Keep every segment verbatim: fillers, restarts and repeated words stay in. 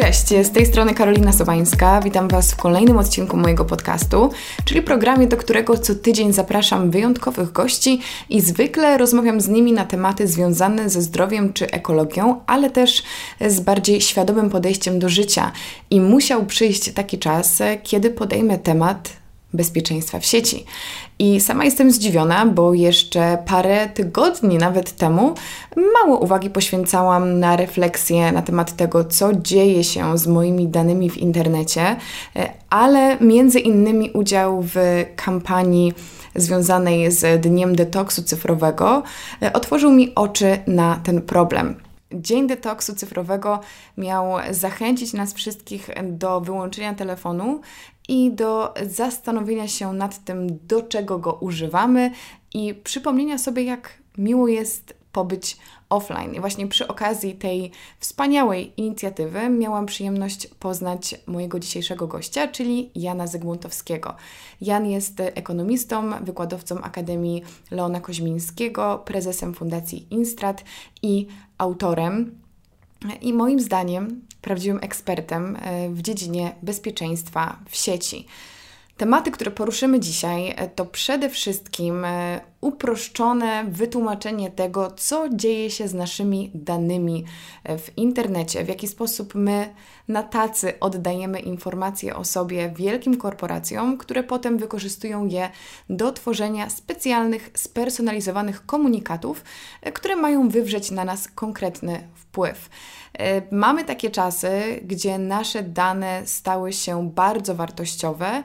Cześć, z tej strony Karolina Sobańska. Witam Was w kolejnym odcinku mojego podcastu, czyli programie, do którego co tydzień zapraszam wyjątkowych gości i zwykle rozmawiam z nimi na tematy związane ze zdrowiem czy ekologią, ale też z bardziej świadomym podejściem do życia. I musiał przyjść taki czas, kiedy podejmę temat bezpieczeństwa w sieci. I sama jestem zdziwiona, bo jeszcze parę tygodni nawet temu mało uwagi poświęcałam na refleksję na temat tego, co dzieje się z moimi danymi w internecie, ale między innymi udział w kampanii związanej z Dniem Detoksu Cyfrowego otworzył mi oczy na ten problem. Dzień detoksu cyfrowego miał zachęcić nas wszystkich do wyłączenia telefonu i do zastanowienia się nad tym, do czego go używamy i przypomnienia sobie, jak miło jest pobyć offline. I właśnie przy okazji tej wspaniałej inicjatywy miałam przyjemność poznać mojego dzisiejszego gościa, czyli Jana Zygmuntowskiego. Jan jest ekonomistą, wykładowcą Akademii Leona Koźmińskiego, prezesem Fundacji Instrat i autorem i moim zdaniem prawdziwym ekspertem w dziedzinie bezpieczeństwa w sieci. Tematy, które poruszymy dzisiaj, to przede wszystkim uproszczone wytłumaczenie tego, co dzieje się z naszymi danymi w internecie, w jaki sposób my na tacy oddajemy informacje o sobie wielkim korporacjom, które potem wykorzystują je do tworzenia specjalnych, spersonalizowanych komunikatów, które mają wywrzeć na nas konkretny wpływ. Mamy takie czasy, gdzie nasze dane stały się bardzo wartościowe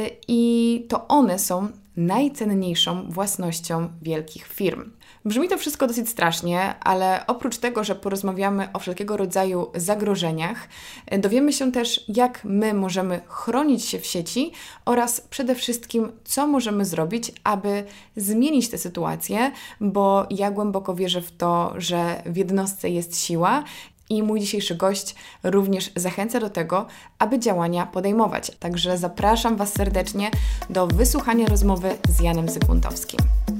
i to one są najcenniejszą własnością wielkich firm. Brzmi to wszystko dosyć strasznie, ale oprócz tego, że porozmawiamy o wszelkiego rodzaju zagrożeniach, dowiemy się też, jak my możemy chronić się w sieci oraz przede wszystkim, co możemy zrobić, aby zmienić tę sytuację, bo ja głęboko wierzę w to, że w jednostce jest siła. I mój dzisiejszy gość również zachęca do tego, aby działania podejmować. Także zapraszam Was serdecznie do wysłuchania rozmowy z Janem Zygmuntowskim.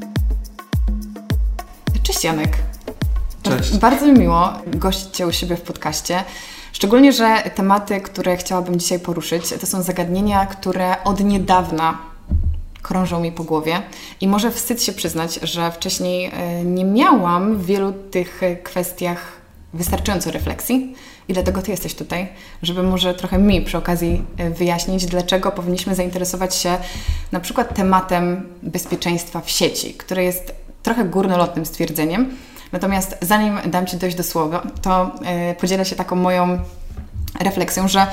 Cześć Janek. Cześć. Bardzo mi miło gościć Cię u siebie w podcaście. Szczególnie, że tematy, które chciałabym dzisiaj poruszyć, to są zagadnienia, które od niedawna krążą mi po głowie i może wstyd się przyznać, że wcześniej nie miałam w wielu tych kwestiach wystarczająco refleksji i dlatego Ty jesteś tutaj, żeby może trochę mi przy okazji wyjaśnić, dlaczego powinniśmy zainteresować się na przykład tematem bezpieczeństwa w sieci, które jest trochę górnolotnym stwierdzeniem. Natomiast zanim dam Ci dojść do słowa, to yy, podzielę się taką moją refleksją, że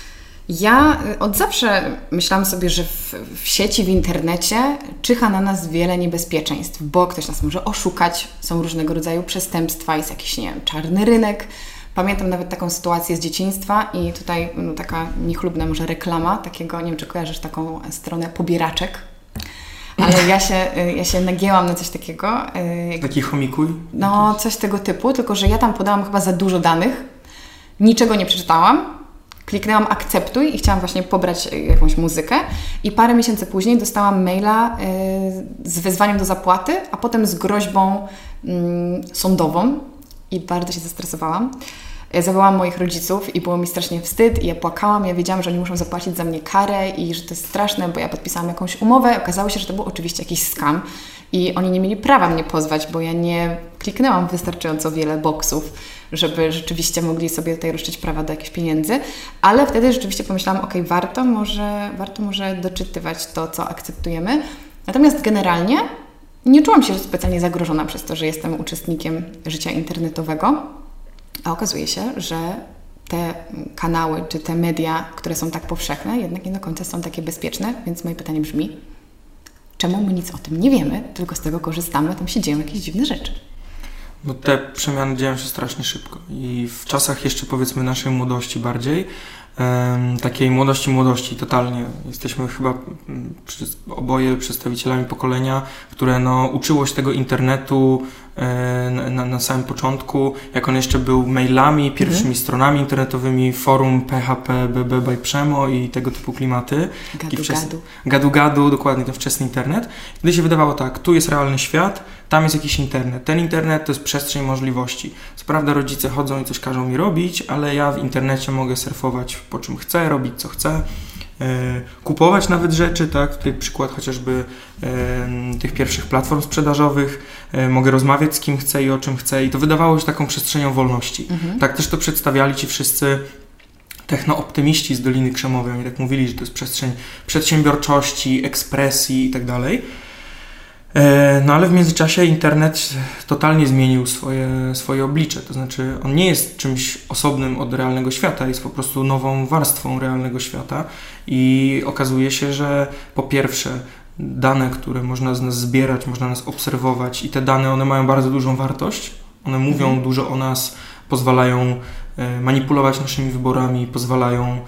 ja od zawsze myślałam sobie, że w, w sieci, w internecie czyha na nas wiele niebezpieczeństw, bo ktoś nas może oszukać, są różnego rodzaju przestępstwa, jest jakiś, nie wiem, czarny rynek. Pamiętam nawet taką sytuację z dzieciństwa i tutaj no, taka niechlubna może reklama takiego, nie wiem, czy kojarzysz taką stronę pobieraczek, ale ja się, ja się nagięłam na coś takiego. Taki chomikuj? No, coś tego typu, tylko że ja tam podałam chyba za dużo danych, niczego nie przeczytałam. Kliknęłam akceptuj i chciałam właśnie pobrać jakąś muzykę i parę miesięcy później dostałam maila y, z wezwaniem do zapłaty, a potem z groźbą y, sądową i bardzo się zestresowałam. Ja zawołałam moich rodziców i było mi strasznie wstyd i ja płakałam, ja wiedziałam, że oni muszą zapłacić za mnie karę i że to jest straszne, bo ja podpisałam jakąś umowę. Okazało się, że to był oczywiście jakiś scam i oni nie mieli prawa mnie pozwać, bo ja nie kliknęłam wystarczająco wiele boksów, żeby rzeczywiście mogli sobie tutaj roszczyć prawa do jakichś pieniędzy, ale wtedy rzeczywiście pomyślałam, ok, warto może, warto może doczytywać to, co akceptujemy. Natomiast generalnie nie czułam się specjalnie zagrożona przez to, że jestem uczestnikiem życia internetowego, a okazuje się, że te kanały czy te media, które są tak powszechne, jednak nie do końca są takie bezpieczne, więc moje pytanie brzmi, czemu my nic o tym nie wiemy, tylko z tego korzystamy, a tam się dzieją jakieś dziwne rzeczy? Bo te przemiany dzieją się strasznie szybko i w czasach jeszcze powiedzmy naszej młodości bardziej, um, takiej młodości, młodości totalnie. Jesteśmy chyba um, oboje przedstawicielami pokolenia, które no, uczyło się tego internetu na, na samym początku, jak on jeszcze był mailami, pierwszymi mhm. stronami internetowymi, forum P H P, B B by Przemo i tego typu klimaty. Gadu, wczes... gadu. Gadu, gadu, dokładnie, ten wczesny internet. Wtedy się wydawało tak, tu jest realny świat, tam jest jakiś internet. Ten internet to jest przestrzeń możliwości. Co prawda rodzice chodzą i coś każą mi robić, ale ja w internecie mogę surfować po czym chcę, robić co chcę. Kupować nawet rzeczy, tak? Tutaj przykład chociażby e, tych pierwszych platform sprzedażowych, e, mogę rozmawiać z kim chcę i o czym chcę i to wydawało się taką przestrzenią wolności. Mhm. Tak też to przedstawiali ci wszyscy technooptymiści z Doliny Krzemowej, oni tak mówili, że to jest przestrzeń przedsiębiorczości, ekspresji i tak dalej. No ale w międzyczasie internet totalnie zmienił swoje, swoje oblicze, to znaczy on nie jest czymś osobnym od realnego świata, jest po prostu nową warstwą realnego świata i okazuje się, że po pierwsze dane, które można z nas zbierać, można nas obserwować i te dane, one mają bardzo dużą wartość, one mówią mhm. dużo o nas, pozwalają manipulować naszymi wyborami, pozwalają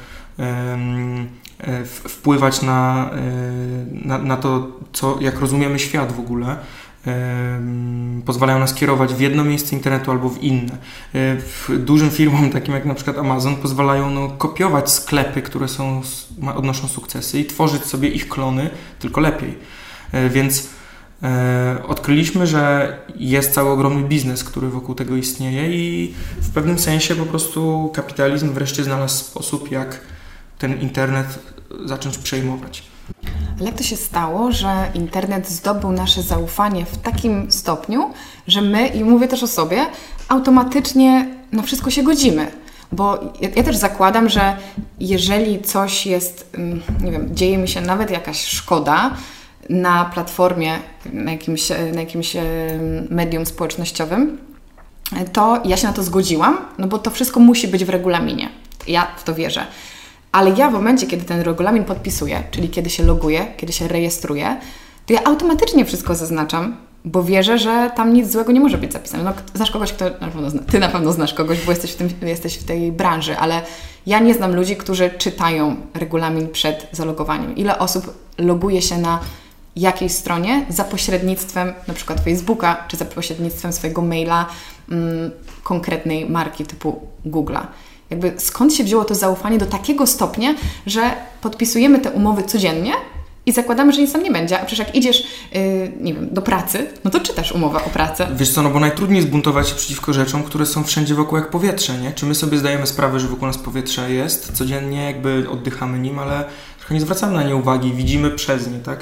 um, wpływać na, na, na to, co, jak rozumiemy świat w ogóle. Pozwalają nas kierować w jedno miejsce internetu albo w inne. W dużym firmom, takim jak na przykład Amazon, pozwalają no, kopiować sklepy, które są, odnoszą sukcesy i tworzyć sobie ich klony, tylko lepiej. Więc odkryliśmy, że jest cały ogromny biznes, który wokół tego istnieje i w pewnym sensie po prostu kapitalizm wreszcie znalazł sposób, jak ten internet zacząć przejmować. Ale jak to się stało, że internet zdobył nasze zaufanie w takim stopniu, że my, i mówię też o sobie, automatycznie na wszystko się godzimy? Bo ja, ja też zakładam, że jeżeli coś jest, nie wiem, dzieje mi się nawet jakaś szkoda na platformie, na jakimś, na jakimś medium społecznościowym, to ja się na to zgodziłam, no bo to wszystko musi być w regulaminie. Ja w to wierzę. Ale ja w momencie, kiedy ten regulamin podpisuję, czyli kiedy się loguję, kiedy się rejestruję, to ja automatycznie wszystko zaznaczam, bo wierzę, że tam nic złego nie może być zapisane. No, znasz kogoś, kto na pewno zna, ty na pewno znasz kogoś, bo jesteś w, tym, jesteś w tej branży, ale ja nie znam ludzi, którzy czytają regulamin przed zalogowaniem. Ile osób loguje się na jakiejś stronie za pośrednictwem na przykład Facebooka, czy za pośrednictwem swojego maila mm, konkretnej marki typu Google'a. Jakby skąd się wzięło to zaufanie do takiego stopnia, że podpisujemy te umowy codziennie i zakładamy, że nic tam nie będzie, a przecież jak idziesz, yy, nie wiem, do pracy, no to czytasz umowę o pracę. Wiesz co, no bo najtrudniej zbuntować się przeciwko rzeczom, które są wszędzie wokół jak powietrze, nie? Czy my sobie zdajemy sprawę, że wokół nas powietrze jest, codziennie jakby oddychamy nim, ale trochę nie zwracamy na nie uwagi, widzimy przez nie, tak?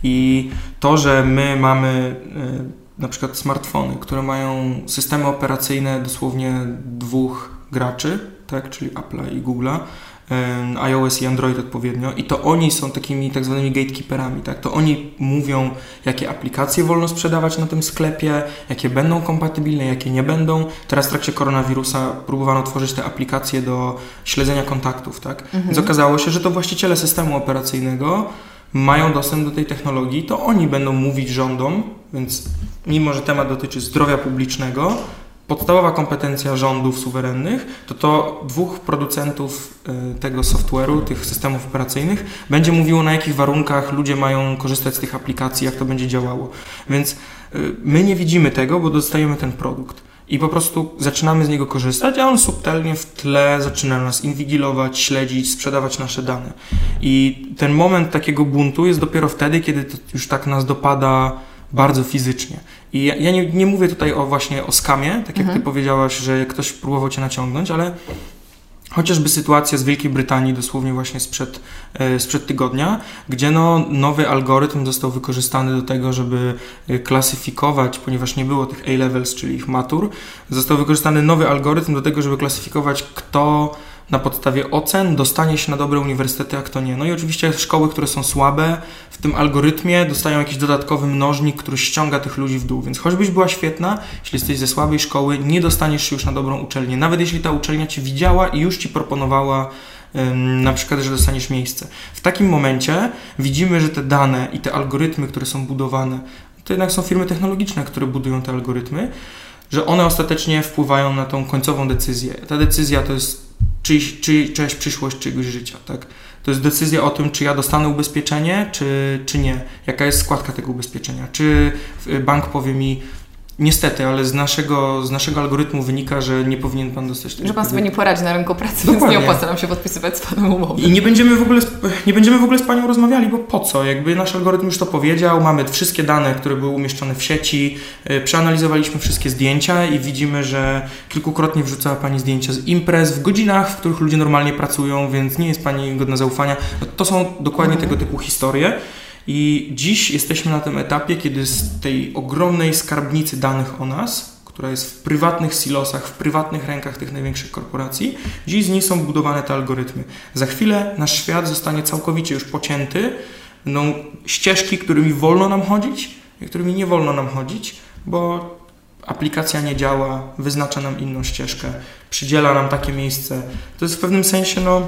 I to, że my mamy yy, na przykład smartfony, które mają systemy operacyjne dosłownie dwóch graczy, tak, czyli Apple'a i Google'a, iOS i Android odpowiednio i to oni są takimi tak zwanymi gatekeeperami, tak, to oni mówią, jakie aplikacje wolno sprzedawać na tym sklepie, jakie będą kompatybilne, jakie nie będą. Teraz w trakcie koronawirusa próbowano tworzyć te aplikacje do śledzenia kontaktów, tak, mhm. Więc okazało się, że to właściciele systemu operacyjnego mają dostęp do tej technologii, to oni będą mówić rządom, więc mimo, że temat dotyczy zdrowia publicznego, podstawowa kompetencja rządów suwerennych, to to dwóch producentów y, tego software'u, tych systemów operacyjnych będzie mówiło, na jakich warunkach ludzie mają korzystać z tych aplikacji, jak to będzie działało. Więc y, my nie widzimy tego, bo dostajemy ten produkt i po prostu zaczynamy z niego korzystać, a on subtelnie w tle zaczyna nas inwigilować, śledzić, sprzedawać nasze dane. I ten moment takiego buntu jest dopiero wtedy, kiedy to już tak nas dopada bardzo fizycznie. I ja, ja nie, nie mówię tutaj o właśnie o skamie, tak jak mhm. ty powiedziałaś, że ktoś próbował cię naciągnąć, ale chociażby sytuacja z Wielkiej Brytanii dosłownie właśnie sprzed, e, sprzed tygodnia, gdzie no, nowy algorytm został wykorzystany do tego, żeby klasyfikować, ponieważ nie było tych A-levels, czyli ich matur, został wykorzystany nowy algorytm do tego, żeby klasyfikować, kto na podstawie ocen dostanie się na dobre uniwersytety, a kto nie. No i oczywiście szkoły, które są słabe, w tym algorytmie dostają jakiś dodatkowy mnożnik, który ściąga tych ludzi w dół. Więc choćbyś była świetna, jeśli jesteś ze słabej szkoły, nie dostaniesz się już na dobrą uczelnię. Nawet jeśli ta uczelnia Ci widziała i już Ci proponowała ym, na przykład, że dostaniesz miejsce. W takim momencie widzimy, że te dane i te algorytmy, które są budowane, to jednak są firmy technologiczne, które budują te algorytmy, że one ostatecznie wpływają na tą końcową decyzję. Ta decyzja to jest czyjś, czyj, czyjaś przyszłość czyjegoś życia, tak? To jest decyzja o tym, czy ja dostanę ubezpieczenie, czy, czy nie. Jaka jest składka tego ubezpieczenia. Czy bank powie mi, Niestety, ale z naszego, z naszego algorytmu wynika, że nie powinien Pan dostać tego. Że Pan sobie nie poradzi na rynku pracy, Dokładnie. Więc nie opłaca nam się podpisywać z Panem umowy. I nie będziemy, w ogóle, nie będziemy w ogóle z Panią rozmawiali, bo po co? Jakby nasz algorytm już to powiedział, mamy wszystkie dane, które były umieszczone w sieci, yy, przeanalizowaliśmy wszystkie zdjęcia i widzimy, że kilkukrotnie wrzucała Pani zdjęcia z imprez w godzinach, w których ludzie normalnie pracują, więc nie jest Pani godna zaufania. No, to są dokładnie mhm. tego typu historie. I dziś jesteśmy na tym etapie, kiedy z tej ogromnej skarbnicy danych o nas, która jest w prywatnych silosach, w prywatnych rękach tych największych korporacji, dziś z niej są budowane te algorytmy. Za chwilę nasz świat zostanie całkowicie już pocięty, będą ścieżki, którymi wolno nam chodzić i którymi nie wolno nam chodzić, bo aplikacja nie działa, wyznacza nam inną ścieżkę, przydziela nam takie miejsce. To jest w pewnym sensie, no...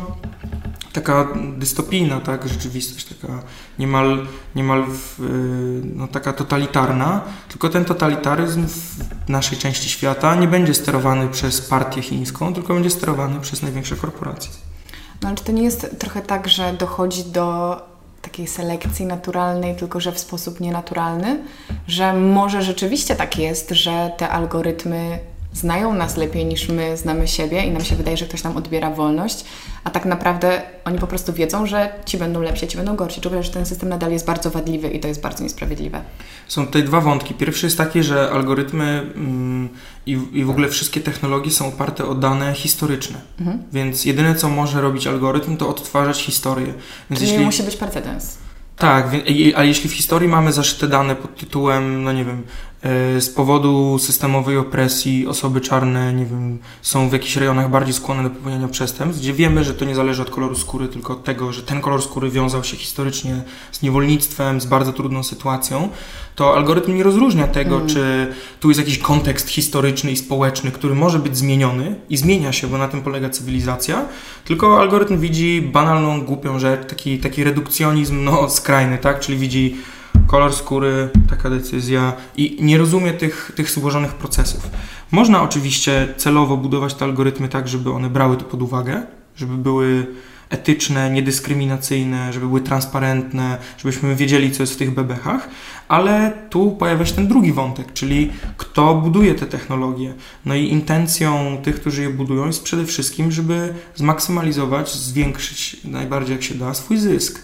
taka dystopijna, tak, rzeczywistość, taka niemal, niemal w, no, taka totalitarna, tylko ten totalitaryzm w naszej części świata nie będzie sterowany przez partię chińską, tylko będzie sterowany przez największe korporacje. No ale czy to nie jest trochę tak, że dochodzi do takiej selekcji naturalnej, tylko że w sposób nienaturalny, że może rzeczywiście tak jest, że te algorytmy znają nas lepiej niż my znamy siebie i nam się wydaje, że ktoś nam odbiera wolność, a tak naprawdę oni po prostu wiedzą, że ci będą lepsi, ci będą gorsi. Czuję, że ten system nadal jest bardzo wadliwy i to jest bardzo niesprawiedliwe. Są tutaj dwa wątki. Pierwszy jest taki, że algorytmy mm, i, i w ogóle wszystkie technologie są oparte o dane historyczne. Mhm. Więc jedyne, co może robić algorytm, to odtwarzać historię. Więc Czyli jeśli... musi być precedens. Tak, ale jeśli w historii mamy zaszyte dane pod tytułem, no nie wiem, z powodu systemowej opresji osoby czarne, nie wiem, są w jakichś rejonach bardziej skłonne do popełniania przestępstw, gdzie wiemy, że to nie zależy od koloru skóry, tylko od tego, że ten kolor skóry wiązał się historycznie z niewolnictwem, z bardzo trudną sytuacją, to algorytm nie rozróżnia tego, mm. czy tu jest jakiś kontekst historyczny i społeczny, który może być zmieniony i zmienia się, bo na tym polega cywilizacja, tylko algorytm widzi banalną, głupią rzecz, taki, taki redukcjonizm no, skrajny, tak, czyli widzi kolor skóry, taka decyzja i nie rozumie tych, tych złożonych procesów. Można oczywiście celowo budować te algorytmy tak, żeby one brały to pod uwagę, żeby były etyczne, niedyskryminacyjne, żeby były transparentne, żebyśmy wiedzieli, co jest w tych bebechach, ale tu pojawia się ten drugi wątek, czyli kto buduje te technologie. No i intencją tych, którzy je budują, jest przede wszystkim, żeby zmaksymalizować, zwiększyć najbardziej jak się da swój zysk.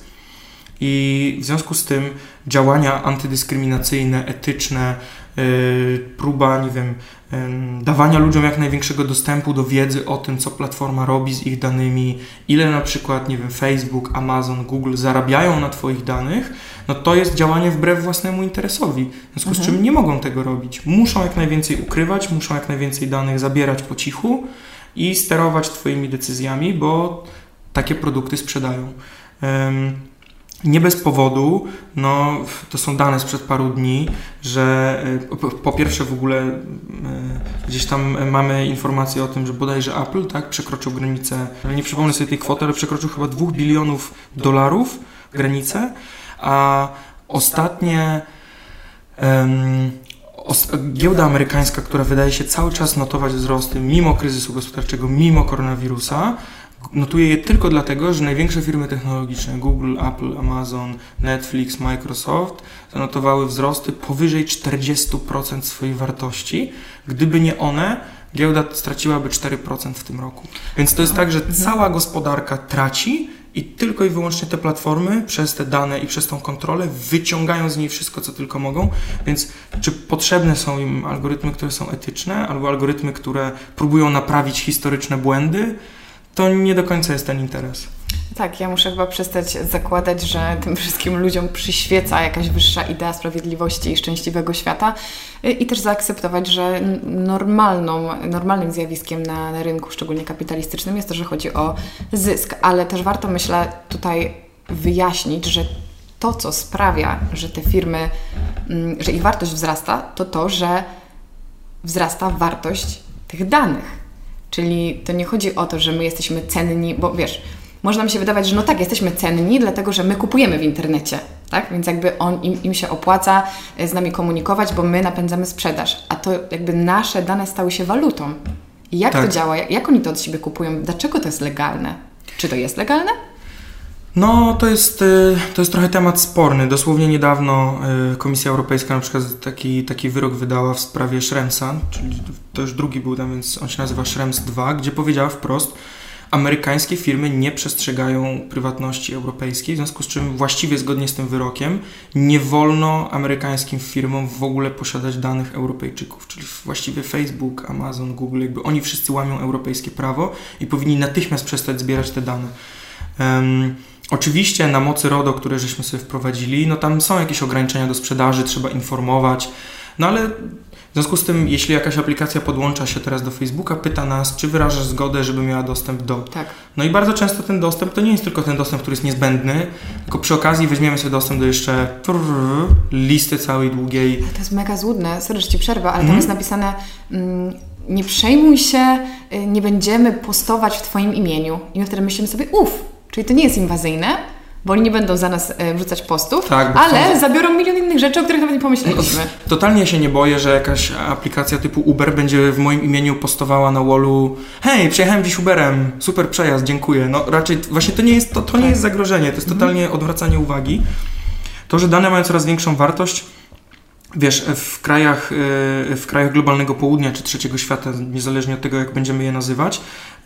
I w związku z tym działania antydyskryminacyjne, etyczne, yy, próba, nie wiem, yy, dawania ludziom jak największego dostępu do wiedzy o tym, co platforma robi z ich danymi, ile na przykład, nie wiem, Facebook, Amazon, Google zarabiają na Twoich danych, no to jest działanie wbrew własnemu interesowi. W związku mhm. z czym nie mogą tego robić. Muszą jak najwięcej ukrywać, muszą jak najwięcej danych zabierać po cichu i sterować Twoimi decyzjami, bo takie produkty sprzedają. Yy, Nie bez powodu, no to są dane sprzed paru dni, że po, po pierwsze w ogóle y, gdzieś tam mamy informację o tym, że bodajże Apple tak, przekroczył granicę, nie przypomnę sobie tej kwoty, ale przekroczył chyba dwóch bilionów dolarów granicę, a ostatnie um, os, giełda amerykańska, która wydaje się cały czas notować wzrosty mimo kryzysu gospodarczego, mimo koronawirusa, notuje je tylko dlatego, że największe firmy technologiczne, Google, Apple, Amazon, Netflix, Microsoft, zanotowały wzrosty powyżej czterdzieści procent swojej wartości. Gdyby nie one, giełda straciłaby cztery procent w tym roku. Więc to jest tak, że cała gospodarka traci i tylko i wyłącznie te platformy przez te dane i przez tą kontrolę wyciągają z niej wszystko, co tylko mogą. Więc czy potrzebne są im algorytmy, które są etyczne, albo algorytmy, które próbują naprawić historyczne błędy? To nie do końca jest ten interes. Tak, ja muszę chyba przestać zakładać, że tym wszystkim ludziom przyświeca jakaś wyższa idea sprawiedliwości i szczęśliwego świata i też zaakceptować, że normalną, normalnym zjawiskiem na, na rynku, szczególnie kapitalistycznym, jest to, że chodzi o zysk, ale też warto, myślę, tutaj wyjaśnić, że to, co sprawia, że te firmy, że ich wartość wzrasta, to to, że wzrasta wartość tych danych. Czyli to nie chodzi o to, że my jesteśmy cenni, bo wiesz, może nam się wydawać, że no tak, jesteśmy cenni, dlatego że my kupujemy w internecie, tak? Więc jakby on, im, im się opłaca z nami komunikować, bo my napędzamy sprzedaż, a to jakby nasze dane stały się walutą. I jak tak. to działa? Jak oni to od siebie kupują? Dlaczego to jest legalne? Czy to jest legalne? No, to jest, to jest trochę temat sporny. Dosłownie niedawno Komisja Europejska na przykład taki, taki wyrok wydała w sprawie Schremsa, czyli to już drugi był tam, więc on się nazywa Schrems dwa, gdzie powiedziała wprost, amerykańskie firmy nie przestrzegają prywatności europejskiej, w związku z czym właściwie zgodnie z tym wyrokiem nie wolno amerykańskim firmom w ogóle posiadać danych Europejczyków, czyli właściwie Facebook, Amazon, Google, jakby oni wszyscy łamią europejskie prawo i powinni natychmiast przestać zbierać te dane. Um, Oczywiście na mocy RODO, które żeśmy sobie wprowadzili, no tam są jakieś ograniczenia do sprzedaży, trzeba informować, no ale w związku z tym, jeśli jakaś aplikacja podłącza się teraz do Facebooka, pyta nas, czy wyrażasz zgodę, żeby miała dostęp do. Tak. No i bardzo często ten dostęp to nie jest tylko ten dostęp, który jest niezbędny, tylko przy okazji weźmiemy sobie dostęp do jeszcze listy całej długiej. To jest mega złudne, sorry, że Ci przerwę, ale mm. tam jest napisane, mm, nie przejmuj się, nie będziemy postować w Twoim imieniu. I my wtedy myślimy sobie, uff, czyli to nie jest inwazyjne, bo oni nie będą za nas e, wrzucać postów, tak, ale są... zabiorą milion innych rzeczy, o których nawet nie pomyśleliśmy. No, totalnie się nie boję, że jakaś aplikacja typu Uber będzie w moim imieniu postowała na wallu: hej, przyjechałem dziś Uberem, super przejazd, dziękuję. No raczej właśnie to nie jest, to, to nie jest zagrożenie, to jest totalnie mhm. odwracanie uwagi. To, że dane mają coraz większą wartość, wiesz, w krajach, w krajach globalnego południa czy trzeciego świata, niezależnie od tego, jak będziemy je nazywać,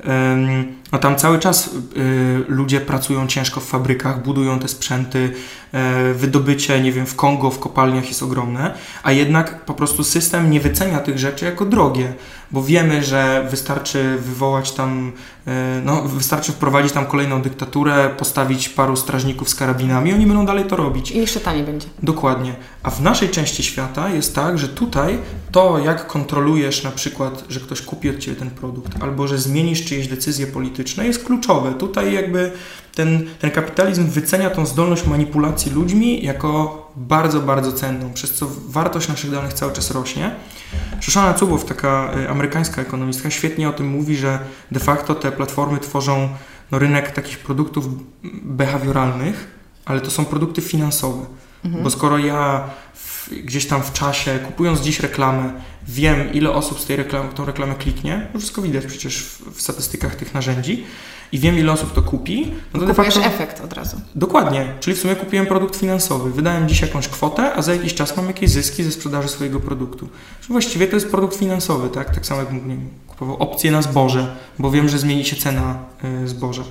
no tam cały czas ludzie pracują ciężko w fabrykach, budują te sprzęty, wydobycie, nie wiem, w Kongo, w kopalniach jest ogromne, a jednak po prostu system nie wycenia tych rzeczy jako drogie, bo wiemy, że wystarczy wywołać tam, no wystarczy wprowadzić tam kolejną dyktaturę, postawić paru strażników z karabinami i oni będą dalej to robić. I jeszcze taniej będzie. Dokładnie. A w naszej części świata jest tak, że tutaj to, jak kontrolujesz na przykład, że ktoś kupi od Ciebie ten produkt, albo że zmienisz czyjeś decyzje polityczne, jest kluczowe. Tutaj jakby ten, ten kapitalizm wycenia tą zdolność manipulacji ludźmi jako bardzo, bardzo cenną, przez co wartość naszych danych cały czas rośnie. Shoshana Zuboff, taka amerykańska ekonomistka, świetnie o tym mówi, że de facto te platformy tworzą no, rynek takich produktów behawioralnych, ale to są produkty finansowe. Mhm. Bo skoro ja w, gdzieś tam w czasie, kupując dziś reklamę, wiem, ile osób z tej reklamy, tą reklamę kliknie, no wszystko widać przecież w, w statystykach tych narzędzi, i wiem, ile osób to kupi, no to kupujesz facto, efekt od razu. Dokładnie, czyli w sumie kupiłem produkt finansowy, wydałem dziś jakąś kwotę, a za jakiś czas mam jakieś zyski ze sprzedaży swojego produktu. Czyli właściwie to jest produkt finansowy, tak? Tak samo jak nie wiem, kupował opcje na zboże, bo wiem, że zmieni się cena y, zboża.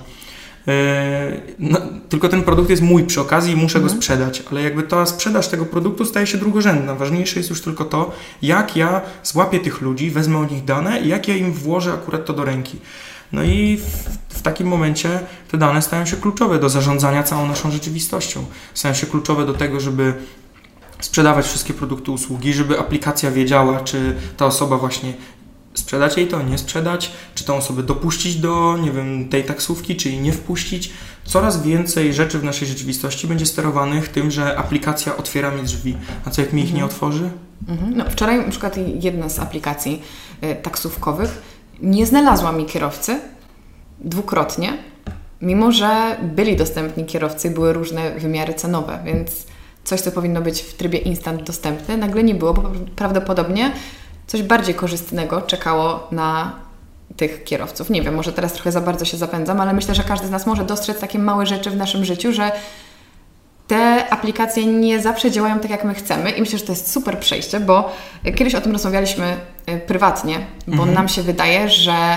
No, tylko ten produkt jest mój przy okazji i muszę mhm. go sprzedać, ale jakby ta sprzedaż tego produktu staje się drugorzędna. Ważniejsze jest już tylko to, jak ja złapię tych ludzi, wezmę od nich dane i jak ja im włożę akurat to do ręki. No i w, w takim momencie te dane stają się kluczowe do zarządzania całą naszą rzeczywistością. Stają się kluczowe do tego, żeby sprzedawać wszystkie produkty, usługi, żeby aplikacja wiedziała, czy ta osoba właśnie sprzedać jej to, nie sprzedać, czy tą osobę dopuścić do, nie wiem, tej taksówki, czy jej nie wpuścić. Coraz więcej rzeczy w naszej rzeczywistości będzie sterowanych tym, że aplikacja otwiera mi drzwi. A co jak mi ich mhm. nie otworzy? Mhm. No, wczoraj na przykład jedna z aplikacji y, taksówkowych nie znalazła mi kierowcy dwukrotnie, mimo że byli dostępni kierowcy, były różne wymiary cenowe, więc coś, co powinno być w trybie instant dostępne, nagle nie było, bo prawdopodobnie coś bardziej korzystnego czekało na tych kierowców. Nie wiem, może teraz trochę za bardzo się zapędzam, ale myślę, że każdy z nas może dostrzec takie małe rzeczy w naszym życiu, że te aplikacje nie zawsze działają tak, jak my chcemy i myślę, że to jest super przejście, bo kiedyś o tym rozmawialiśmy prywatnie, bo mhm. nam się wydaje, że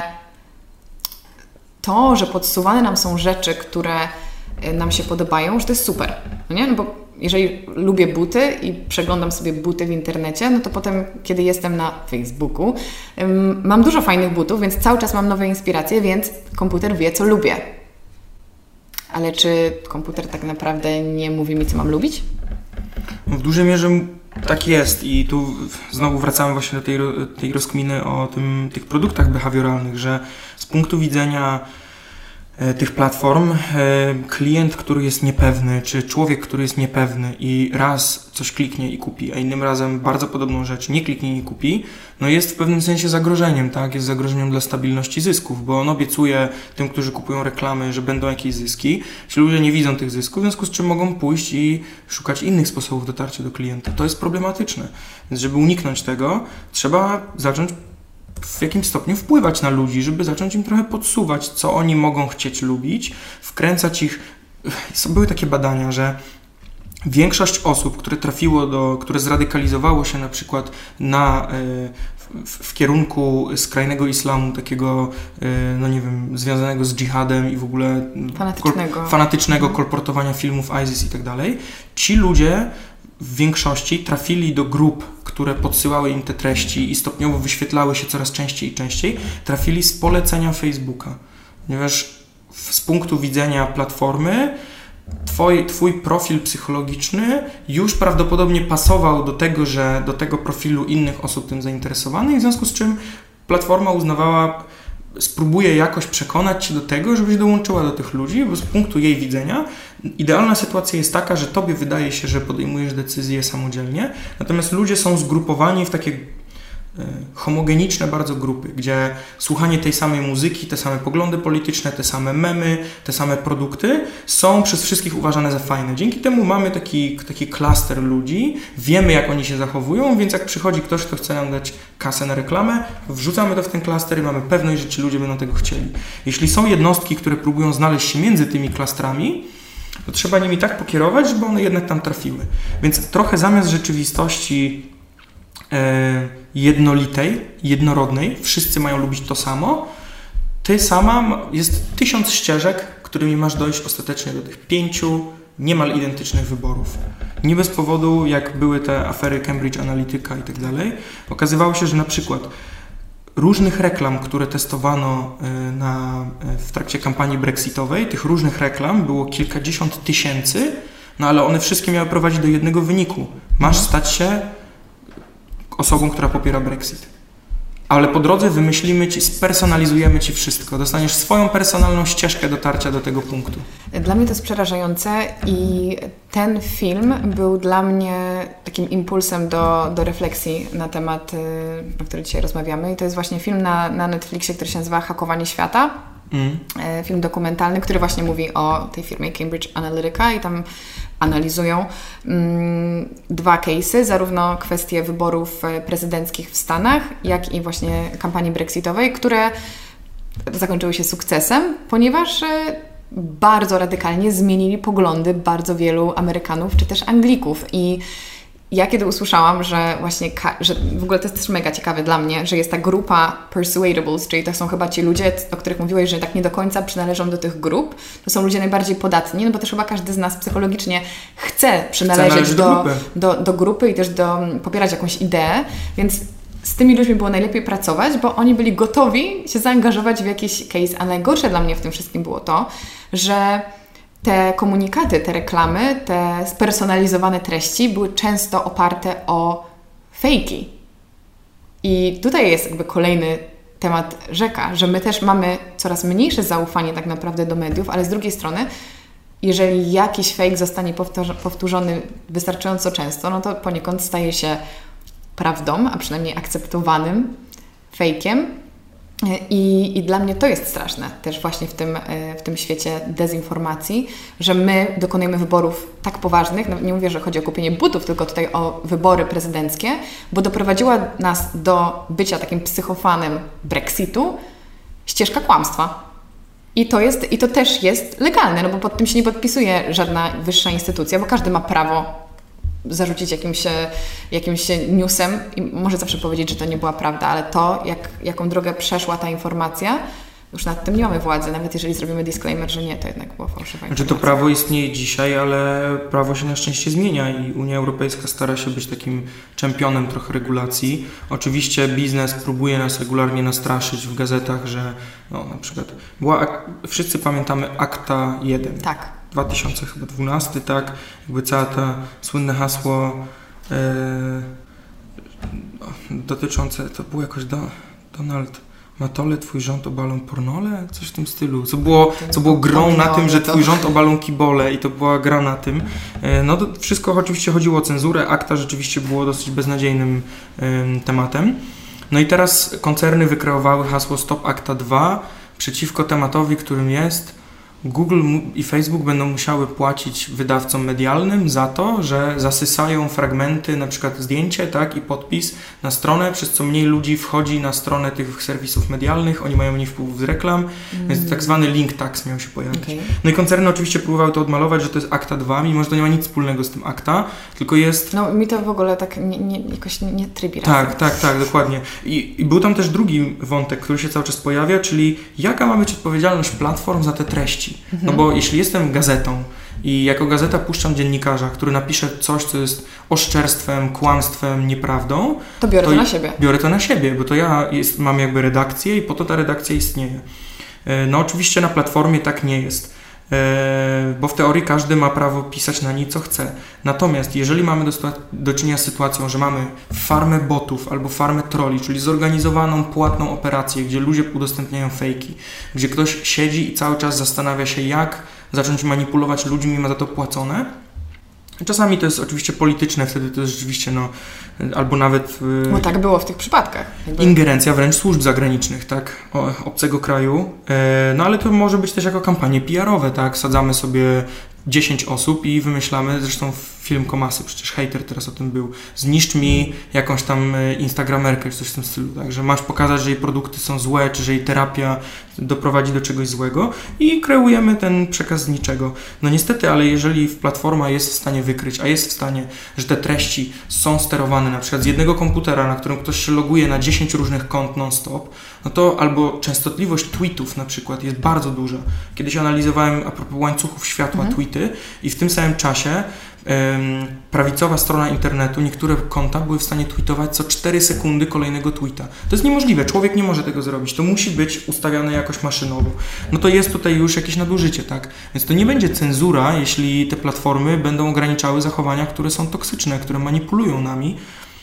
to, że podsuwane nam są rzeczy, które nam się podobają, że to jest super, no nie? No bo jeżeli lubię buty i przeglądam sobie buty w internecie, no to potem, kiedy jestem na Facebooku, um, mam dużo fajnych butów, więc cały czas mam nowe inspiracje, więc komputer wie, co lubię. Ale czy komputer tak naprawdę nie mówi mi, co mam lubić? W dużej mierze tak jest i tu znowu wracamy właśnie do tej, tej rozkminy o tym, tych produktach behawioralnych, że z punktu widzenia tych platform, klient, który jest niepewny, czy człowiek, który jest niepewny i raz coś kliknie i kupi, a innym razem bardzo podobną rzecz nie kliknie i kupi, no jest w pewnym sensie zagrożeniem, tak? Jest zagrożeniem dla stabilności zysków, bo on obiecuje tym, którzy kupują reklamy, że będą jakieś zyski, ci ludzie nie widzą tych zysków, w związku z czym mogą pójść i szukać innych sposobów dotarcia do klienta. To jest problematyczne. Więc żeby uniknąć tego, trzeba zacząć w jakimś stopniu wpływać na ludzi, żeby zacząć im trochę podsuwać, co oni mogą chcieć lubić, wkręcać ich były takie badania, że większość osób, które trafiło do, które zradykalizowało się na przykład na, w, w kierunku skrajnego islamu, takiego, no nie wiem, związanego z dżihadem i w ogóle fanatycznego, kol, fanatycznego kolportowania filmów ISIS i tak dalej, ci ludzie w większości trafili do grup, które podsyłały im te treści i stopniowo wyświetlały się coraz częściej i częściej, trafili z polecenia Facebooka. Ponieważ z punktu widzenia platformy Twoj, twój profil psychologiczny już prawdopodobnie pasował do tego, że do tego profilu innych osób tym zainteresowanych, w związku z czym platforma uznawała, spróbuje jakoś przekonać Cię do tego, żebyś dołączyła do tych ludzi, bo z punktu jej widzenia idealna sytuacja jest taka, że Tobie wydaje się, że podejmujesz decyzje samodzielnie, natomiast ludzie są zgrupowani w takie homogeniczne bardzo grupy, gdzie słuchanie tej samej muzyki, te same poglądy polityczne, te same memy, te same produkty są przez wszystkich uważane za fajne. Dzięki temu mamy taki, taki klaster ludzi, wiemy jak oni się zachowują, więc jak przychodzi ktoś, kto chce nam dać kasę na reklamę, wrzucamy to w ten klaster i mamy pewność, że ci ludzie będą tego chcieli. Jeśli są jednostki, które próbują znaleźć się między tymi klastrami, to trzeba nimi tak pokierować, żeby one jednak tam trafiły. Więc trochę zamiast rzeczywistości jednolitej, jednorodnej, wszyscy mają lubić to samo, ty sama, jest tysiąc ścieżek, którymi masz dojść ostatecznie do tych pięciu niemal identycznych wyborów. Nie bez powodu, jak były te afery Cambridge Analytica i tak dalej, okazywało się, że na przykład różnych reklam, które testowano na, w trakcie kampanii brexitowej, tych różnych reklam było kilkadziesiąt tysięcy, no ale one wszystkie miały prowadzić do jednego wyniku. Masz stać się osobą, która popiera Brexit. Ale po drodze wymyślimy Ci, spersonalizujemy Ci wszystko. Dostaniesz swoją personalną ścieżkę dotarcia do tego punktu. Dla mnie to jest przerażające i ten film był dla mnie takim impulsem do, do refleksji na temat, o którym dzisiaj rozmawiamy. I to jest właśnie film na, na Netflixie, który się nazywa Hakowanie świata. Mm. Film dokumentalny, który właśnie mówi o tej firmie Cambridge Analytica i tam analizują mm, dwa case'y, zarówno kwestie wyborów prezydenckich w Stanach, jak i właśnie kampanii brexitowej, które zakończyły się sukcesem, ponieważ bardzo radykalnie zmienili poglądy bardzo wielu Amerykanów, czy też Anglików. I ja kiedy usłyszałam, że właśnie, ka- że w ogóle to jest też mega ciekawe dla mnie, że jest ta grupa persuadables, czyli to są chyba ci ludzie, o których mówiłeś, że tak nie do końca przynależą do tych grup, to są ludzie najbardziej podatni, no bo też chyba każdy z nas psychologicznie chce przynależeć chce do, do, grupy. Do, do grupy i też do, popierać jakąś ideę, więc z tymi ludźmi było najlepiej pracować, bo oni byli gotowi się zaangażować w jakiś case, a najgorsze dla mnie w tym wszystkim było to, że te komunikaty, te reklamy, te spersonalizowane treści były często oparte o fejki. I tutaj jest jakby kolejny temat rzeka, że my też mamy coraz mniejsze zaufanie tak naprawdę do mediów, ale z drugiej strony, jeżeli jakiś fake zostanie powtórzony wystarczająco często, no to poniekąd staje się prawdą, a przynajmniej akceptowanym fejkiem. I, I dla mnie to jest straszne też właśnie w tym, w tym świecie dezinformacji, że my dokonujemy wyborów tak poważnych, nie mówię, że chodzi o kupienie butów, tylko tutaj o wybory prezydenckie, bo doprowadziła nas do bycia takim psychofanem Brexitu ścieżka kłamstwa. I to jest, i to też jest legalne, no bo pod tym się nie podpisuje żadna wyższa instytucja, bo każdy ma prawo zarzucić jakimś, jakimś newsem i może zawsze powiedzieć, że to nie była prawda, ale to, jak, jaką drogę przeszła ta informacja, już nad tym nie mamy władzy, nawet jeżeli zrobimy disclaimer, że nie, to jednak była fałszywa informacja. Znaczy to prawo istnieje dzisiaj, ale prawo się na szczęście zmienia i Unia Europejska stara się być takim czempionem trochę regulacji. Oczywiście biznes próbuje nas regularnie nastraszyć w gazetach, że no, na przykład była, wszyscy pamiętamy Akta jeden. Tak. dwa tysiące dwunasty, tak, jakby całe to słynne hasło e, dotyczące, to było jakoś do, Donald Matole, twój rząd obalą pornole? Coś w tym stylu. Co było, co było grą na tym, że twój rząd obalą kibole i to była gra na tym. E, no to wszystko oczywiście chodziło o cenzurę, Akta rzeczywiście było dosyć beznadziejnym e, tematem. No i teraz koncerny wykreowały hasło Stop Akta dwa przeciwko tematowi, którym jest Google i Facebook będą musiały płacić wydawcom medialnym za to, że zasysają fragmenty, na przykład zdjęcie, tak, i podpis na stronę, przez co mniej ludzi wchodzi na stronę tych serwisów medialnych, oni mają mniej wpływów z reklam, mm. więc tak zwany link tax miał się pojawić. Okay. No i koncerny oczywiście próbowały to odmalować, że to jest akta dwa, mimo że to nie ma nic wspólnego z tym akta, tylko jest... No mi to w ogóle tak nie, nie, jakoś nie, nie trybi razem. Tak, tak, tak, dokładnie. I, I był tam też drugi wątek, który się cały czas pojawia, czyli jaka ma być odpowiedzialność platform za te treści. No bo jeśli jestem gazetą i jako gazeta puszczam dziennikarza, który napisze coś, co jest oszczerstwem, kłamstwem, nieprawdą, to biorę to, to na siebie. Biorę to na siebie, bo to ja jest, mam jakby redakcję i po to ta redakcja istnieje. No oczywiście na platformie tak nie jest, bo w teorii każdy ma prawo pisać na niej co chce. Natomiast jeżeli mamy do, do czynienia z sytuacją, że mamy farmę botów albo farmę trolli, czyli zorganizowaną, płatną operację, gdzie ludzie udostępniają fejki, gdzie ktoś siedzi i cały czas zastanawia się, jak zacząć manipulować ludźmi i ma za to płacone. Czasami to jest oczywiście polityczne, wtedy to jest rzeczywiście, no, albo nawet... No tak było w tych przypadkach. Jakby... Ingerencja wręcz służb zagranicznych, tak, o, obcego kraju. E, no ale to może być też jako kampanie P R-owe, tak, sadzamy sobie dziesięć osób i wymyślamy, zresztą film Komasy, przecież hejter teraz o tym był, zniszcz mi jakąś tam instagramerkę czy coś w tym stylu, tak, że masz pokazać, że jej produkty są złe, czy że jej terapia doprowadzi do czegoś złego i kreujemy ten przekaz z niczego. No niestety, ale jeżeli platforma jest w stanie wykryć, a jest w stanie, że te treści są sterowane na przykład z jednego komputera, na którym ktoś się loguje na dziesięć różnych kont non-stop, no to albo częstotliwość tweetów na przykład jest bardzo duża. Kiedyś analizowałem a propos łańcuchów światła mhm. tweety i w tym samym czasie prawicowa strona internetu, niektóre konta były w stanie tweetować co cztery sekundy kolejnego tweeta. To jest niemożliwe, człowiek nie może tego zrobić, to musi być ustawiane jakoś maszynowo. No to jest tutaj już jakieś nadużycie, tak? Więc to nie będzie cenzura, jeśli te platformy będą ograniczały zachowania, które są toksyczne, które manipulują nami.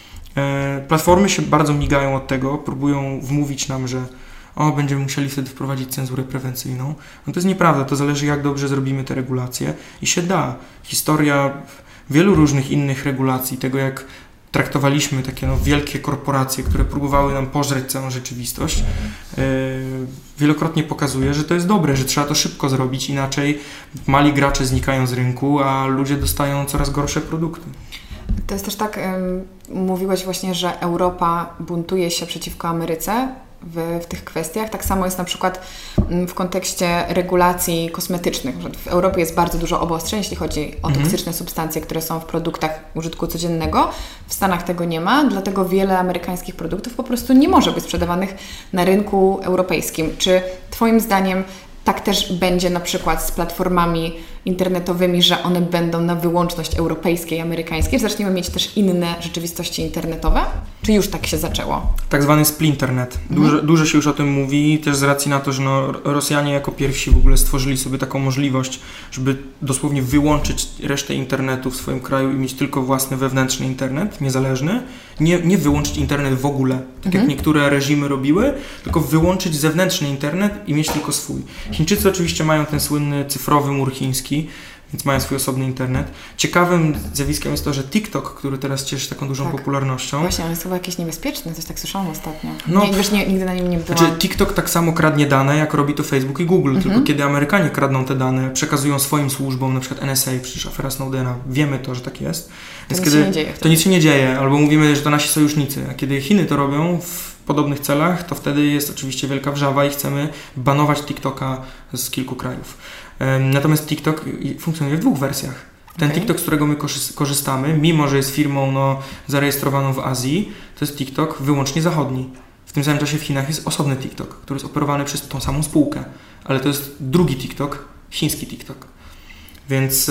Platformy się bardzo migają od tego, próbują wmówić nam, że o, będziemy musieli wtedy wprowadzić cenzurę prewencyjną. No to jest nieprawda, to zależy jak dobrze zrobimy te regulacje i się da. Historia wielu różnych innych regulacji, tego jak traktowaliśmy takie no, wielkie korporacje, które próbowały nam pożreć całą rzeczywistość, yy, wielokrotnie pokazuje, że to jest dobre, że trzeba to szybko zrobić, inaczej mali gracze znikają z rynku, a ludzie dostają coraz gorsze produkty. To jest też tak, um, mówiłeś właśnie, że Europa buntuje się przeciwko Ameryce w, w tych kwestiach. Tak samo jest na przykład w kontekście regulacji kosmetycznych. W Europie jest bardzo dużo obostrzeń, jeśli chodzi o toksyczne mhm. substancje, które są w produktach użytku codziennego. W Stanach tego nie ma, dlatego wiele amerykańskich produktów po prostu nie może być sprzedawanych na rynku europejskim. Czy Twoim zdaniem tak też będzie na przykład z platformami internetowymi, że one będą na wyłączność europejskiej, amerykańskiej? Zaczniemy mieć też inne rzeczywistości internetowe? Czy już tak się zaczęło? Tak zwany splinternet. Dużo, mhm. dużo się już o tym mówi, też z racji na to, że no, Rosjanie jako pierwsi w ogóle stworzyli sobie taką możliwość, żeby dosłownie wyłączyć resztę internetu w swoim kraju i mieć tylko własny wewnętrzny internet, niezależny. Nie, nie wyłączyć internet w ogóle, tak mhm. jak niektóre reżimy robiły, tylko wyłączyć zewnętrzny internet i mieć tylko swój. Chińczycy oczywiście mają ten słynny cyfrowy mur chiński, więc mają swój osobny internet. Ciekawym zjawiskiem jest to, że TikTok, który teraz cieszy taką dużą tak. popularnością. Właśnie, ale jest chyba jakieś niebezpieczne, coś tak słyszałam ostatnio. No, nie, wiesz, nie, nigdy na nim nie byłam. Znaczy, TikTok tak samo kradnie dane, jak robi to Facebook i Google, mhm. tylko kiedy Amerykanie kradną te dane, przekazują swoim służbom, na przykład N S A, przecież afera Snowdena, wiemy to, że tak jest. Więc to nic kiedy, się nie dzieje. To nic się nie dzieje, albo mówimy, że to nasi sojusznicy, a kiedy Chiny to robią w podobnych celach, to wtedy jest oczywiście wielka wrzawa i chcemy banować TikToka z kilku krajów. Natomiast TikTok funkcjonuje w dwóch wersjach. Ten okay. TikTok, z którego my korzystamy, mimo że jest firmą no, zarejestrowaną w Azji, to jest TikTok wyłącznie zachodni. W tym samym czasie w Chinach jest osobny TikTok, który jest operowany przez tą samą spółkę. Ale to jest drugi TikTok, chiński TikTok. Więc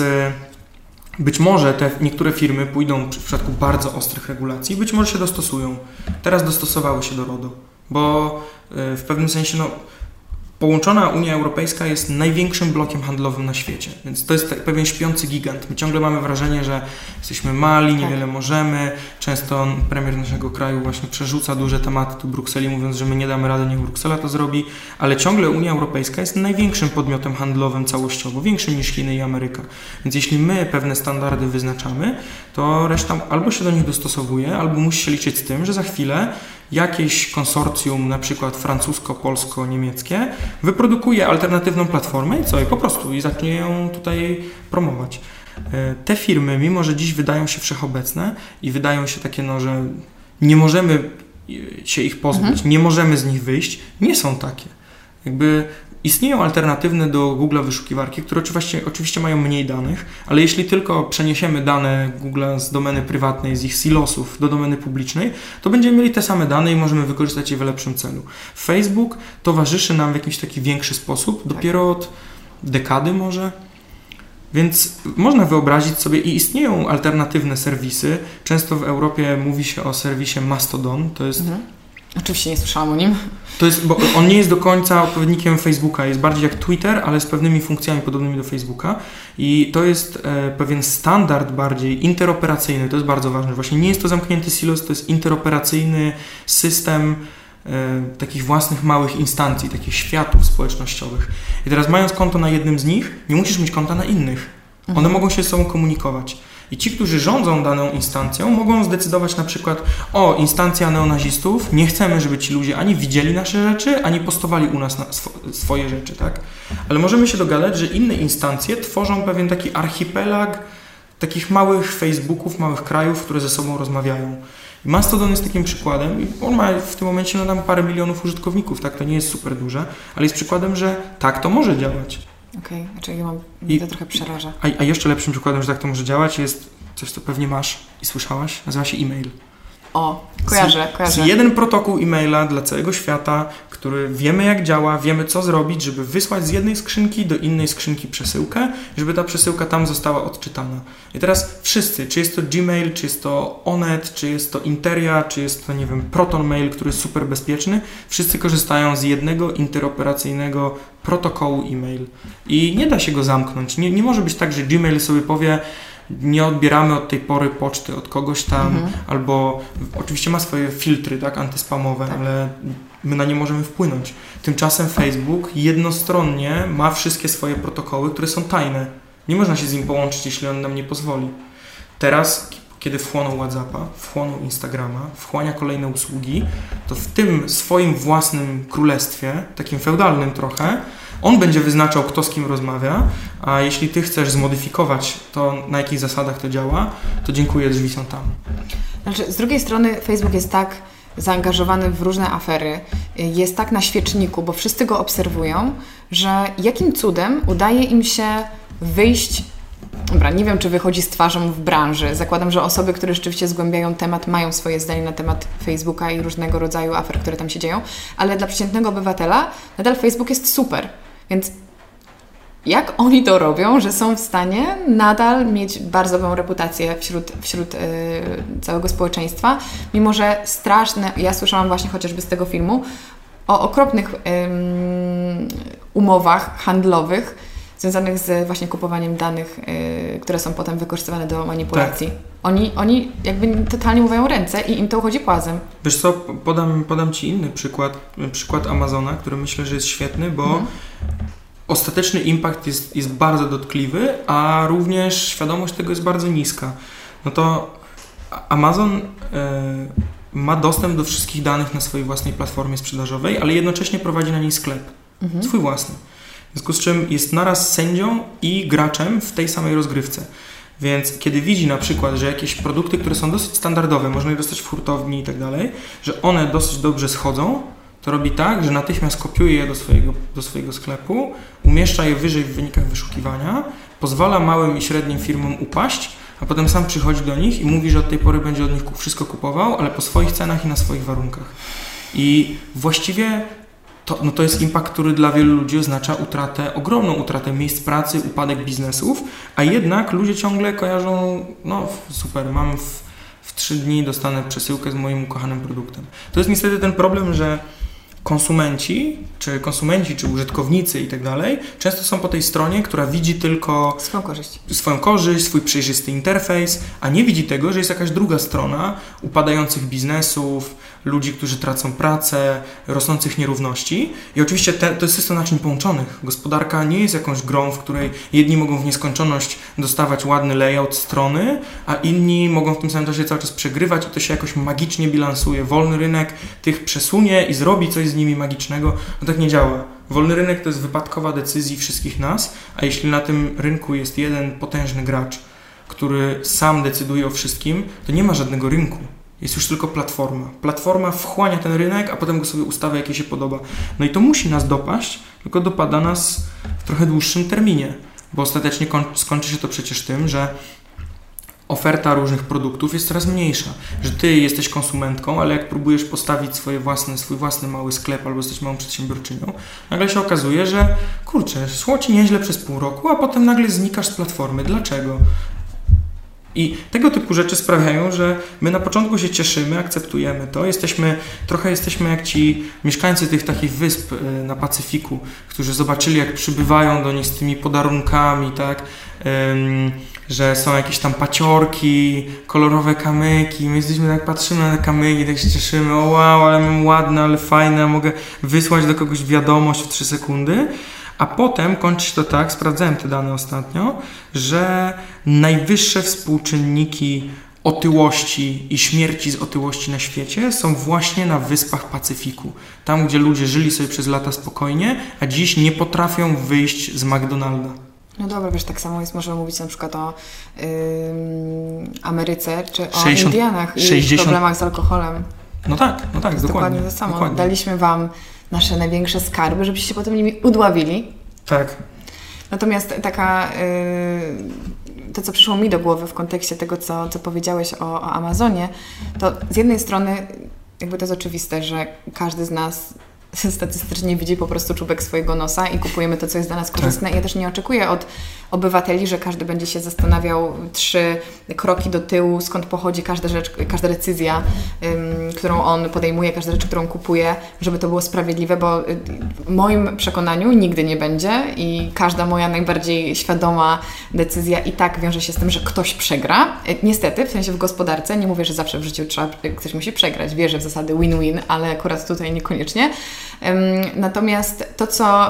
być może te niektóre firmy pójdą w przypadku bardzo ostrych regulacji, być może się dostosują. Teraz dostosowały się do RODO, bo w pewnym sensie no, połączona Unia Europejska jest największym blokiem handlowym na świecie, więc to jest tak pewien śpiący gigant. My ciągle mamy wrażenie, że jesteśmy mali, niewiele tak. możemy. Często premier naszego kraju właśnie przerzuca duże tematy do Brukseli, mówiąc, że my nie damy rady, niech Bruksela to zrobi, ale ciągle Unia Europejska jest największym podmiotem handlowym całościowo, większym niż Chiny i Ameryka. Więc jeśli my pewne standardy wyznaczamy, to reszta albo się do nich dostosowuje, albo musi się liczyć z tym, że za chwilę jakieś konsorcjum, na przykład francusko-polsko-niemieckie, wyprodukuje alternatywną platformę i co? I po prostu i zacznie ją tutaj promować. Te firmy, mimo że dziś wydają się wszechobecne i wydają się takie, no, że nie możemy się ich pozbyć, mhm. nie możemy z nich wyjść, nie są takie. Jakby istnieją alternatywne do Google wyszukiwarki, które oczywiście, oczywiście mają mniej danych, ale jeśli tylko przeniesiemy dane Google z domeny prywatnej, z ich silosów do domeny publicznej, to będziemy mieli te same dane i możemy wykorzystać je w lepszym celu. Facebook towarzyszy nam w jakiś taki większy sposób, dopiero od dekady może. Więc można wyobrazić sobie, i istnieją alternatywne serwisy. Często w Europie mówi się o serwisie Mastodon. To jest... Mhm. Oczywiście nie słyszałam o nim. To jest, bo on nie jest do końca odpowiednikiem Facebooka. Jest bardziej jak Twitter, ale z pewnymi funkcjami podobnymi do Facebooka. I to jest e, pewien standard bardziej interoperacyjny. To jest bardzo ważne. Właśnie nie jest to zamknięty silos, to jest interoperacyjny system e, takich własnych małych instancji, takich światów społecznościowych. I teraz mając konto na jednym z nich, nie musisz mieć konta na innych. One mhm. mogą się ze sobą komunikować. I ci, którzy rządzą daną instancją, mogą zdecydować na przykład, o, instancja neonazistów, nie chcemy, żeby ci ludzie ani widzieli nasze rzeczy, ani postowali u nas na sw- swoje rzeczy, tak? Ale możemy się dogadać, że inne instancje tworzą pewien taki archipelag takich małych Facebooków, małych krajów, które ze sobą rozmawiają. I Mastodon jest takim przykładem i on ma w tym momencie no, tam parę milionów użytkowników, tak? To nie jest super duże, ale jest przykładem, że tak to może działać. Okej, okay, znaczy ja mam, mnie to trochę przeraża. A, a jeszcze lepszym przykładem, że tak to może działać, jest coś, co pewnie masz i słyszałaś, nazywa się e-mail. O, kojarzę, z, kojarzę. Z jeden protokół e-maila dla całego świata, który wiemy jak działa, wiemy co zrobić, żeby wysłać z jednej skrzynki do innej skrzynki przesyłkę, żeby ta przesyłka tam została odczytana. I teraz wszyscy, czy jest to Gmail, czy jest to Onet, czy jest to Interia, czy jest to, nie wiem, Proton Mail, który jest super bezpieczny, wszyscy korzystają z jednego interoperacyjnego protokołu e-mail. I nie da się go zamknąć. Nie, nie może być tak, że Gmail sobie powie, nie odbieramy od tej pory poczty od kogoś tam, mhm. albo oczywiście ma swoje filtry, tak, antyspamowe, tak. ale my na nie możemy wpłynąć. Tymczasem Facebook jednostronnie ma wszystkie swoje protokoły, które są tajne. Nie można się z nim połączyć, jeśli on nam nie pozwoli. Teraz, kiedy wchłonął WhatsAppa, wchłonął Instagrama, wchłania kolejne usługi, to w tym swoim własnym królestwie, takim feudalnym trochę, on będzie wyznaczał, kto z kim rozmawia, a jeśli ty chcesz zmodyfikować to, na jakich zasadach to działa, to dziękuję, drzwi są tam. Znaczy, z drugiej strony Facebook jest tak zaangażowany w różne afery, jest tak na świeczniku, bo wszyscy go obserwują, że jakim cudem udaje im się wyjść, dobra, nie wiem, czy wychodzi z twarzą w branży. Zakładam, że osoby, które rzeczywiście zgłębiają temat, mają swoje zdanie na temat Facebooka i różnego rodzaju afer, które tam się dzieją, ale dla przeciętnego obywatela nadal Facebook jest super. Więc jak oni to robią, że są w stanie nadal mieć bardzo dobrą reputację wśród, wśród yy, całego społeczeństwa, mimo że straszne, ja słyszałam właśnie chociażby z tego filmu o okropnych yy, umowach handlowych związanych z właśnie kupowaniem danych, yy, które są potem wykorzystywane do manipulacji. Tak. Oni, oni jakby totalnie umywają ręce i im to uchodzi płazem. Wiesz co, podam, podam Ci inny przykład, przykład Amazona, który myślę, że jest świetny, bo mhm. ostateczny impact jest, jest bardzo dotkliwy, a również świadomość tego jest bardzo niska. No to Amazon y, ma dostęp do wszystkich danych na swojej własnej platformie sprzedażowej, ale jednocześnie prowadzi na niej sklep, mhm. swój własny. W związku z czym jest naraz sędzią i graczem w tej samej rozgrywce. Więc kiedy widzi na przykład, że jakieś produkty, które są dosyć standardowe, można je dostać w hurtowni i tak dalej, że one dosyć dobrze schodzą, to robi tak, że natychmiast kopiuje je do swojego, do swojego sklepu, umieszcza je wyżej w wynikach wyszukiwania, pozwala małym i średnim firmom upaść, a potem sam przychodzi do nich i mówi, że od tej pory będzie od nich wszystko kupował, ale po swoich cenach i na swoich warunkach. I właściwie to, no to jest impact, który dla wielu ludzi oznacza utratę, ogromną utratę miejsc pracy, upadek biznesów, a jednak ludzie ciągle kojarzą, no super, mam w, w trzy dni dostanę przesyłkę z moim ukochanym produktem. To jest niestety ten problem, że konsumenci, czy konsumenci, czy użytkownicy i tak dalej, często są po tej stronie, która widzi tylko swoją korzyść. swoją korzyść, swój przejrzysty interfejs, a nie widzi tego, że jest jakaś druga strona upadających biznesów, ludzi, którzy tracą pracę, rosnących nierówności. I oczywiście te, to jest system naczyń połączonych. Gospodarka nie jest jakąś grą, w której jedni mogą w nieskończoność dostawać ładny layout strony, a inni mogą w tym samym czasie cały czas przegrywać i to się jakoś magicznie bilansuje. Wolny rynek tych przesunie i zrobi coś z nimi magicznego. No tak nie działa. Wolny rynek to jest wypadkowa decyzji wszystkich nas, a jeśli na tym rynku jest jeden potężny gracz, który sam decyduje o wszystkim, to nie ma żadnego rynku. Jest już tylko platforma. Platforma wchłania ten rynek, a potem go sobie ustawia, jakie się podoba. No i to musi nas dopaść, tylko dopada nas w trochę dłuższym terminie, bo ostatecznie skończy się to przecież tym, że oferta różnych produktów jest coraz mniejsza, że ty jesteś konsumentką, ale jak próbujesz postawić swoje własne, swój własny mały sklep albo jesteś małą przedsiębiorczynią, nagle się okazuje, że kurczę, szło ci nieźle przez pół roku, a potem nagle znikasz z platformy. Dlaczego? I tego typu rzeczy sprawiają, że my na początku się cieszymy, akceptujemy to, jesteśmy, trochę jesteśmy jak ci mieszkańcy tych takich wysp na Pacyfiku, którzy zobaczyli, jak przybywają do nich z tymi podarunkami, tak, Ym, że są jakieś tam paciorki, kolorowe kamyki, my jesteśmy tak, patrzymy na te kamyki, tak się cieszymy, o wow, ale mam ładne, ale fajne, mogę wysłać do kogoś wiadomość w trzy sekundy. A potem kończy się to tak, sprawdzałem te dane ostatnio, że najwyższe współczynniki otyłości i śmierci z otyłości na świecie są właśnie na wyspach Pacyfiku. Tam, gdzie ludzie żyli sobie przez lata spokojnie, a dziś nie potrafią wyjść z McDonalda. No dobra, wiesz, tak samo jest, możemy mówić na przykład o yy, Ameryce, czy o sześćdziesiąt, Indianach sześćdziesiąt i problemach z alkoholem. No tak, no tak, to dokładnie. Dokładnie to samo. Dokładnie. Daliśmy wam nasze największe skarby, żebyście się potem nimi udławili. Tak. Natomiast taka, yy, to co przyszło mi do głowy w kontekście tego, co, co powiedziałeś o, o Amazonie, to z jednej strony jakby to jest oczywiste, że każdy z nas statystycznie widzi po prostu czubek swojego nosa i kupujemy to, co jest dla nas korzystne. Tak. Ja też nie oczekuję od obywateli, że każdy będzie się zastanawiał trzy kroki do tyłu, skąd pochodzi każda rzecz, każda decyzja, ym, którą on podejmuje, każda rzecz, którą kupuje, żeby to było sprawiedliwe, bo y, w moim przekonaniu nigdy nie będzie i każda moja najbardziej świadoma decyzja i tak wiąże się z tym, że ktoś przegra. Y, niestety, w sensie w gospodarce, nie mówię, że zawsze w życiu trzeba, ktoś musi przegrać, wierzę w zasady win-win, ale akurat tutaj niekoniecznie. Ym, natomiast to, co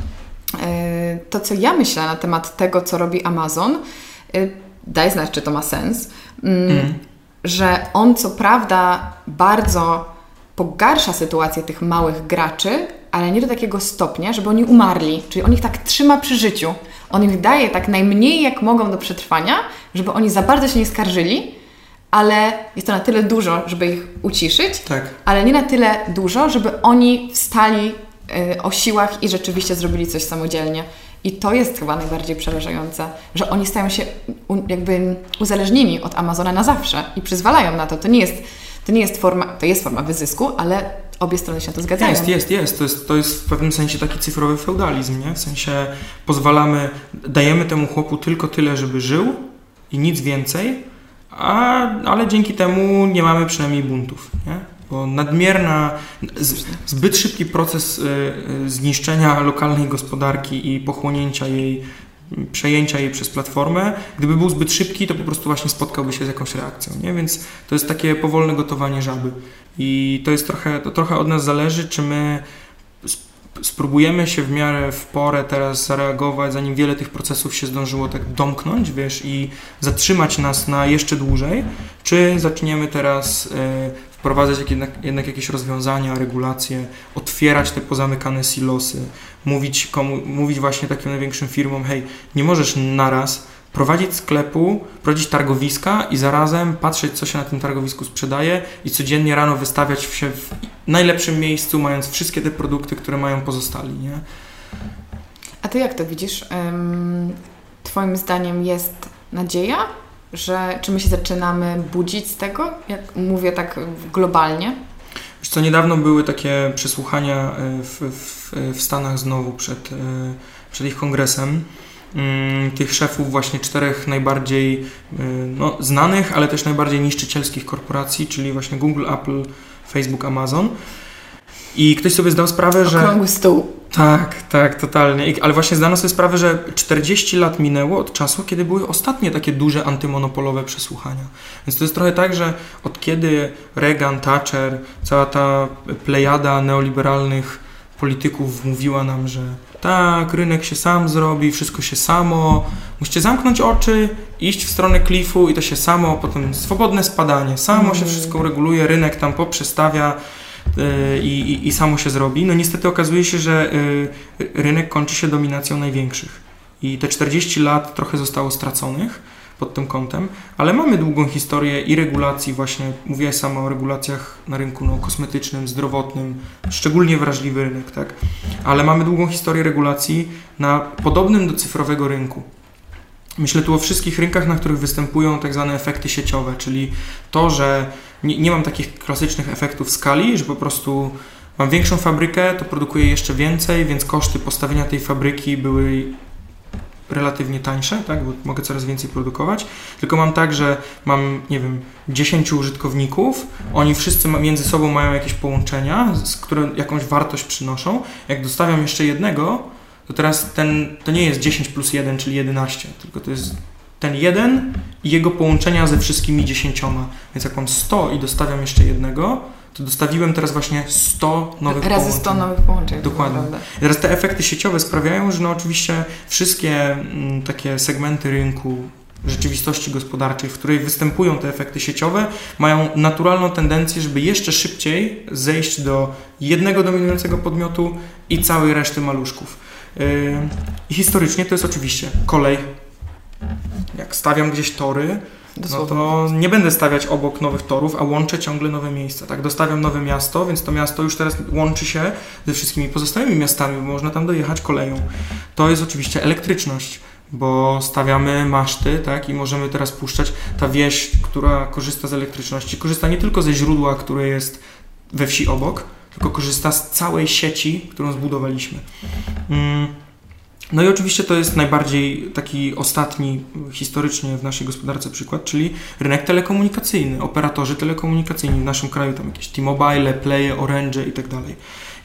To, co ja myślę na temat tego, co robi Amazon, daj znać, czy to ma sens, mm. że on co prawda bardzo pogarsza sytuację tych małych graczy, ale nie do takiego stopnia, żeby oni umarli. Czyli on ich tak trzyma przy życiu. On ich daje tak najmniej, jak mogą do przetrwania, żeby oni za bardzo się nie skarżyli, ale jest to na tyle dużo, żeby ich uciszyć, tak. ale nie na tyle dużo, żeby oni wstali o siłach i rzeczywiście zrobili coś samodzielnie. I to jest chyba najbardziej przerażające, że oni stają się jakby uzależnieni od Amazona na zawsze i przyzwalają na to. To nie jest, to nie jest forma, to jest forma wyzysku, ale obie strony się na to zgadzają. Jest, jest, jest. To jest, to jest w pewnym sensie taki cyfrowy feudalizm, nie? W sensie pozwalamy, dajemy temu chłopu tylko tyle, żeby żył i nic więcej, a, ale dzięki temu nie mamy przynajmniej buntów, nie? Bo nadmierna, z, zbyt szybki proces y, y, zniszczenia lokalnej gospodarki i pochłonięcia jej, przejęcia jej przez platformę, gdyby był zbyt szybki, to po prostu właśnie spotkałby się z jakąś reakcją, nie? Więc to jest takie powolne gotowanie żaby. I to jest trochę, to trochę od nas zależy, czy my spróbujemy się w miarę w porę teraz zareagować, zanim wiele tych procesów się zdążyło tak domknąć, wiesz, i zatrzymać nas na jeszcze dłużej, czy zaczniemy teraz y, wprowadzać jednak, jednak jakieś rozwiązania, regulacje, otwierać te pozamykane silosy, mówić, komu, mówić właśnie takim największym firmom, hej, nie możesz naraz prowadzić sklepu, prowadzić targowiska i zarazem patrzeć, co się na tym targowisku sprzedaje i codziennie rano wystawiać się w najlepszym miejscu, mając wszystkie te produkty, które mają pozostali, nie? A ty jak to widzisz? Twoim zdaniem jest nadzieja, że czy my się zaczynamy budzić z tego? Jak mówię tak globalnie. Wiesz co, niedawno były takie przesłuchania w, w, w Stanach znowu przed, przed ich kongresem. Tych szefów właśnie czterech najbardziej no, znanych, ale też najbardziej niszczycielskich korporacji, czyli właśnie Google, Apple, Facebook, Amazon. I ktoś sobie zdał sprawę, że... Okrągły stół. Tak, tak, totalnie. I, ale właśnie zdano sobie sprawę, że czterdzieści lat minęło od czasu, kiedy były ostatnie takie duże antymonopolowe przesłuchania. Więc to jest trochę tak, że od kiedy Reagan, Thatcher, cała ta plejada neoliberalnych polityków mówiła nam, że tak, rynek się sam zrobi, wszystko się samo, musicie zamknąć oczy, iść w stronę klifu i to się samo, potem swobodne spadanie, samo mm. się wszystko reguluje, rynek tam poprzestawia i, i, i samo się zrobi. No niestety okazuje się, że rynek kończy się dominacją największych i te czterdzieści lat trochę zostało straconych pod tym kątem, ale mamy długą historię i regulacji właśnie, mówię sama o regulacjach na rynku no, kosmetycznym, zdrowotnym, szczególnie wrażliwy rynek, tak? Ale mamy długą historię regulacji na podobnym do cyfrowego rynku. Myślę tu o wszystkich rynkach, na których występują tak zwane efekty sieciowe, czyli to, że nie, nie mam takich klasycznych efektów skali, że po prostu mam większą fabrykę, to produkuję jeszcze więcej, więc koszty postawienia tej fabryki były relatywnie tańsze, tak, bo mogę coraz więcej produkować, tylko mam tak, że mam, nie wiem, dziesięciu użytkowników, oni wszyscy między sobą mają jakieś połączenia, które jakąś wartość przynoszą. Jak dostawiam jeszcze jednego, to teraz ten, to nie jest dziesięć plus jeden, czyli jedenaście, tylko to jest ten jeden i jego połączenia ze wszystkimi dziesięcioma. Więc jak mam sto i dostawiam jeszcze jednego, to dostawiłem teraz właśnie sto nowych Razy połączeń. sto nowych połączeń. Dokładnie. I teraz te efekty sieciowe sprawiają, że no oczywiście wszystkie m, takie segmenty rynku, rzeczywistości gospodarczej, w której występują te efekty sieciowe, mają naturalną tendencję, żeby jeszcze szybciej zejść do jednego dominującego podmiotu i całej reszty maluszków. Yy, I historycznie to jest oczywiście kolej. Jak stawiam gdzieś tory, Dosłownie. no to nie będę stawiać obok nowych torów, a łączę ciągle nowe miejsca. Tak, dostawiam nowe miasto, więc to miasto już teraz łączy się ze wszystkimi pozostałymi miastami, bo można tam dojechać koleją. To jest oczywiście elektryczność, bo stawiamy maszty, tak, i możemy teraz puszczać. Ta wieś, która korzysta z elektryczności, korzysta nie tylko ze źródła, które jest we wsi obok, tylko korzysta z całej sieci, którą zbudowaliśmy. Mm. No i oczywiście to jest najbardziej taki ostatni historycznie w naszej gospodarce przykład, czyli rynek telekomunikacyjny, operatorzy telekomunikacyjni w naszym kraju, tam jakieś T-Mobile, Playe, Orange i tak dalej.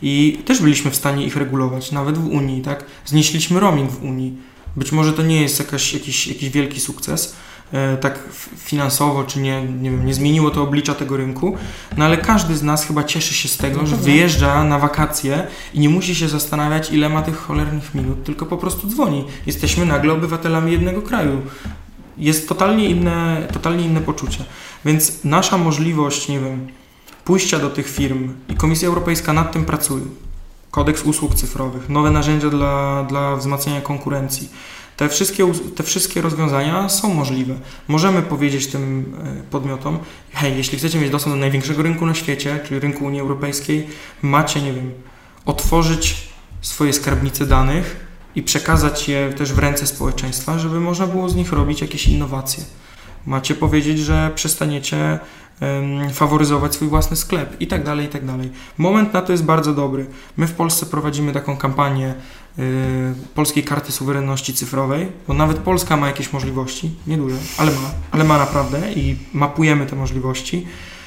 I też byliśmy w stanie ich regulować, nawet w Unii, tak? Znieśliśmy roaming w Unii. Być może to nie jest jakaś, jakiś, jakiś wielki sukces, e, tak finansowo, czy nie, nie wiem, nie zmieniło to oblicza tego rynku, no ale każdy z nas chyba cieszy się z tego, że wyjeżdża na wakacje i nie musi się zastanawiać, ile ma tych cholernych minut, tylko po prostu dzwoni. Jesteśmy nagle obywatelami jednego kraju. Jest totalnie inne, totalnie inne poczucie. Więc nasza możliwość, nie wiem, pójścia do tych firm i Komisja Europejska nad tym pracuje. Kodeks usług cyfrowych, nowe narzędzia dla, dla wzmacniania konkurencji. Te wszystkie, te wszystkie rozwiązania są możliwe. Możemy powiedzieć tym podmiotom, hej, jeśli chcecie mieć dostęp do największego rynku na świecie, czyli rynku Unii Europejskiej, macie, nie wiem, otworzyć swoje skarbnice danych i przekazać je też w ręce społeczeństwa, żeby można było z nich robić jakieś innowacje. Macie powiedzieć, że przestaniecie um, faworyzować swój własny sklep i tak dalej, i tak dalej. Moment na to jest bardzo dobry. My w Polsce prowadzimy taką kampanię y, Polskiej Karty Suwerenności Cyfrowej, bo nawet Polska ma jakieś możliwości, nieduże, ale ma, ale ma naprawdę i mapujemy te możliwości.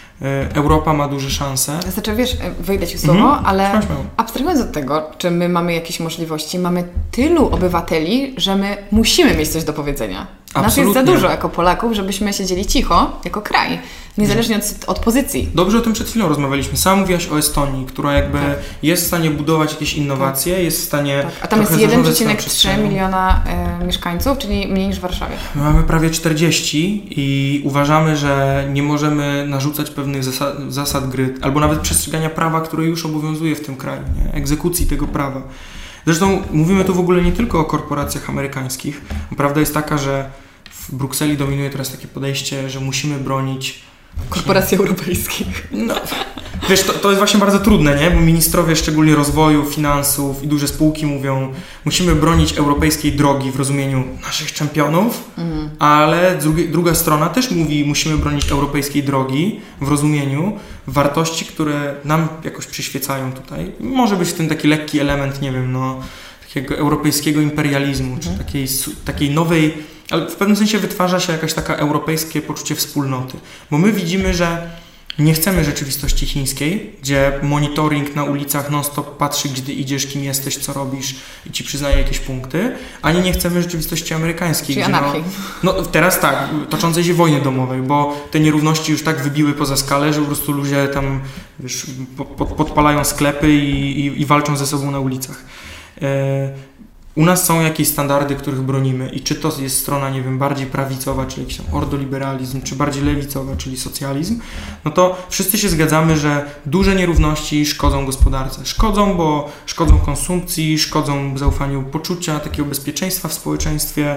Europa ma duże szanse. Znaczy, wiesz, wyjdę Ci w słowo, mhm. ale abstrahując od tego, czy my mamy jakieś możliwości, mamy tylu obywateli, że my musimy mieć coś do powiedzenia. Nas jest za dużo jako Polaków, żebyśmy siedzieli cicho jako kraj, niezależnie od, od pozycji. Dobrze o tym przed chwilą rozmawialiśmy. Sam mówiłaś o Estonii, która jakby tak. jest w stanie budować jakieś innowacje, tak. jest w stanie... Tak. A tam jest jeden przecinek trzy miliona y, mieszkańców, czyli mniej niż w Warszawie. My mamy prawie czterdzieści i uważamy, że nie możemy narzucać pewnych zasad, zasad gry, albo nawet przestrzegania prawa, które już obowiązuje w tym kraju, nie? Egzekucji tego prawa. Zresztą mówimy tu w ogóle nie tylko o korporacjach amerykańskich. Prawda jest taka, że w Brukseli dominuje teraz takie podejście, że musimy bronić korporacji europejskich. No, wiesz, to, to jest właśnie bardzo trudne, nie? Bo ministrowie szczególnie rozwoju, finansów i duże spółki mówią, musimy bronić europejskiej drogi w rozumieniu naszych czempionów, mm. ale drugi, druga strona też mówi, musimy bronić europejskiej drogi w rozumieniu wartości, które nam jakoś przyświecają tutaj. Może być w tym taki lekki element, nie wiem, no, takiego europejskiego imperializmu, mm. czy takiej, takiej nowej, ale w pewnym sensie wytwarza się jakaś taka europejskie poczucie wspólnoty. Bo my widzimy, że Nie chcemy rzeczywistości chińskiej, gdzie monitoring na ulicach non-stop patrzy, gdzie ty idziesz, kim jesteś, co robisz i ci przyznaje jakieś punkty, ani nie chcemy rzeczywistości amerykańskiej. Czyli gdzie anarchii. No, no teraz tak, toczącej się wojny domowej, bo te nierówności już tak wybiły poza skalę, że po prostu ludzie tam wiesz, pod, podpalają sklepy i, i, i walczą ze sobą na ulicach. E, U nas są jakieś standardy, których bronimy i czy to jest strona, nie wiem, bardziej prawicowa, czyli jakiś tam ordoliberalizm, czy bardziej lewicowa, czyli socjalizm, no to wszyscy się zgadzamy, że duże nierówności szkodzą gospodarce. Szkodzą, bo szkodzą konsumpcji, szkodzą zaufaniu poczucia, takiego bezpieczeństwa w społeczeństwie.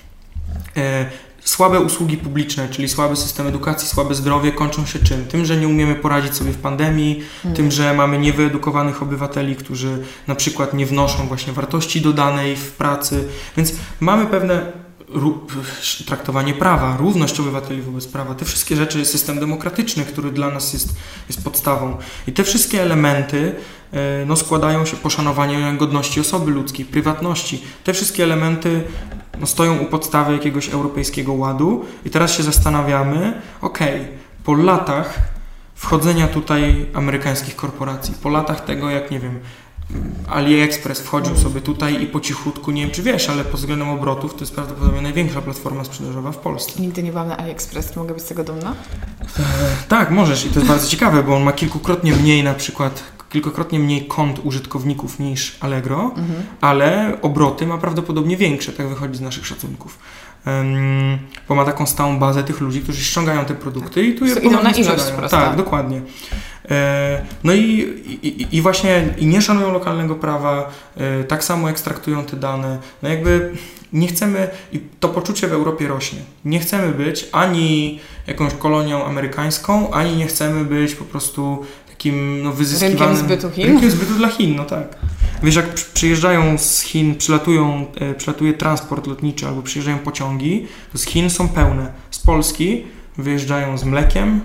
E, Słabe usługi publiczne, czyli słaby system edukacji, słabe zdrowie kończą się czym? Tym, że nie umiemy poradzić sobie w pandemii, hmm. tym, że mamy niewyedukowanych obywateli, którzy na przykład nie wnoszą właśnie wartości dodanej w pracy, więc mamy pewne traktowanie prawa, równość obywateli wobec prawa, te wszystkie rzeczy, system demokratyczny, który dla nas jest, jest podstawą i te wszystkie elementy no, składają się poszanowanie godności osoby ludzkiej, prywatności. Te wszystkie elementy no, stoją u podstawy jakiegoś europejskiego ładu i teraz się zastanawiamy, okej, okay, po latach wchodzenia tutaj amerykańskich korporacji, po latach tego, jak nie wiem, AliExpress wchodził sobie tutaj i po cichutku, nie wiem czy wiesz, ale pod względem obrotów to jest prawdopodobnie największa platforma sprzedażowa w Polsce. Nigdy nie byłam na AliExpress, mogę być z tego dumna? E, tak, możesz i to jest bardzo ciekawe, bo on ma kilkukrotnie mniej na przykład, kilkukrotnie mniej kont użytkowników niż Allegro, mhm. ale obroty ma prawdopodobnie większe, tak wychodzi z naszych szacunków. Um, bo ma taką stałą bazę tych ludzi, którzy ściągają te produkty i tu je idą na ilość sprzedają. Tak, dokładnie. E, no i, i, i właśnie i nie szanują lokalnego prawa, e, tak samo ekstraktują te dane. No jakby nie chcemy, i to poczucie w Europie rośnie, nie chcemy być ani jakąś kolonią amerykańską, ani nie chcemy być po prostu takim no, wyzyskiwanym... Rynkiem zbytu Chin? Rynkiem zbytu dla Chin, no tak. Wiesz, jak przyjeżdżają z Chin, przylatują, e, przylatuje transport lotniczy albo przyjeżdżają pociągi, to z Chin są pełne. Z Polski wyjeżdżają z mlekiem,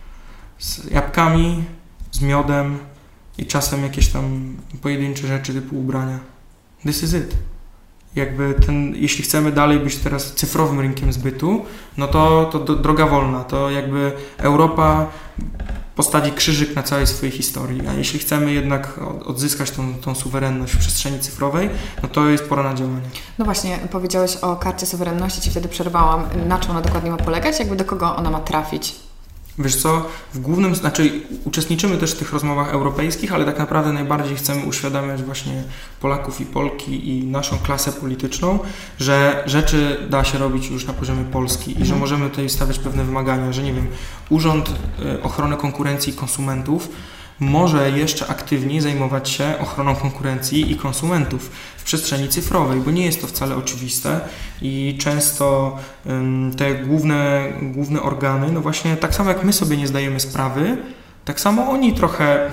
z jabłkami, z miodem i czasem jakieś tam pojedyncze rzeczy typu ubrania. This is it. Jakby ten, jeśli chcemy dalej być teraz cyfrowym rynkiem zbytu, no to, to do, droga wolna, to jakby Europa postawi krzyżyk na całej swojej historii, a jeśli chcemy jednak odzyskać tą, tą suwerenność w przestrzeni cyfrowej, no to jest pora na działanie. No właśnie, powiedziałeś o karcie suwerenności, Ci wtedy przerwałam. Na czym ona dokładnie ma polegać? Jakby do kogo ona ma trafić? Wiesz co, w głównym, znaczy uczestniczymy też w tych rozmowach europejskich, ale tak naprawdę najbardziej chcemy uświadamiać właśnie Polaków i Polki i naszą klasę polityczną, że rzeczy da się robić już na poziomie Polski i mhm. że możemy tutaj stawiać pewne wymagania, że nie wiem, Urząd Ochrony Konkurencji i Konsumentów może jeszcze aktywniej zajmować się ochroną konkurencji i konsumentów w przestrzeni cyfrowej, bo nie jest to wcale oczywiste i często um, te główne, główne organy, no właśnie tak samo jak my sobie nie zdajemy sprawy, tak samo oni trochę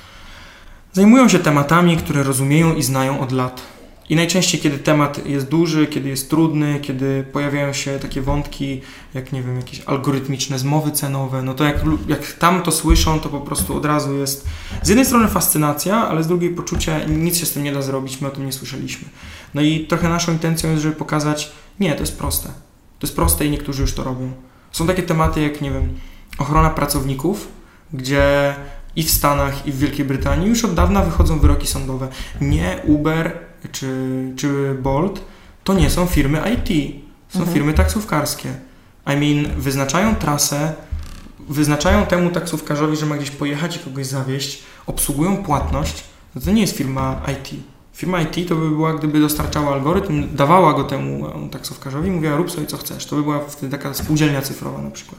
zajmują się tematami, które rozumieją i znają od lat. I najczęściej, kiedy temat jest duży, kiedy jest trudny, kiedy pojawiają się takie wątki, jak nie wiem, jakieś algorytmiczne zmowy cenowe, no to jak, jak tam to słyszą, to po prostu od razu jest z jednej strony fascynacja, ale z drugiej poczucie, nic się z tym nie da zrobić, my o tym nie słyszeliśmy. No i trochę naszą intencją jest, żeby pokazać, nie, to jest proste. To jest proste i niektórzy już to robią. Są takie tematy jak, nie wiem, ochrona pracowników, gdzie i w Stanach, i w Wielkiej Brytanii już od dawna wychodzą wyroki sądowe. Nie Uber czy, czy Bolt to nie są firmy I T, są mhm. firmy taksówkarskie. I mean, wyznaczają trasę, wyznaczają temu taksówkarzowi, że ma gdzieś pojechać i kogoś zawieźć, obsługują płatność, no to nie jest firma I T. Firma I T to by była, gdyby dostarczała algorytm, dawała go temu taksówkarzowi i mówiła, rób sobie co chcesz. To by była wtedy taka spółdzielnia cyfrowa na przykład.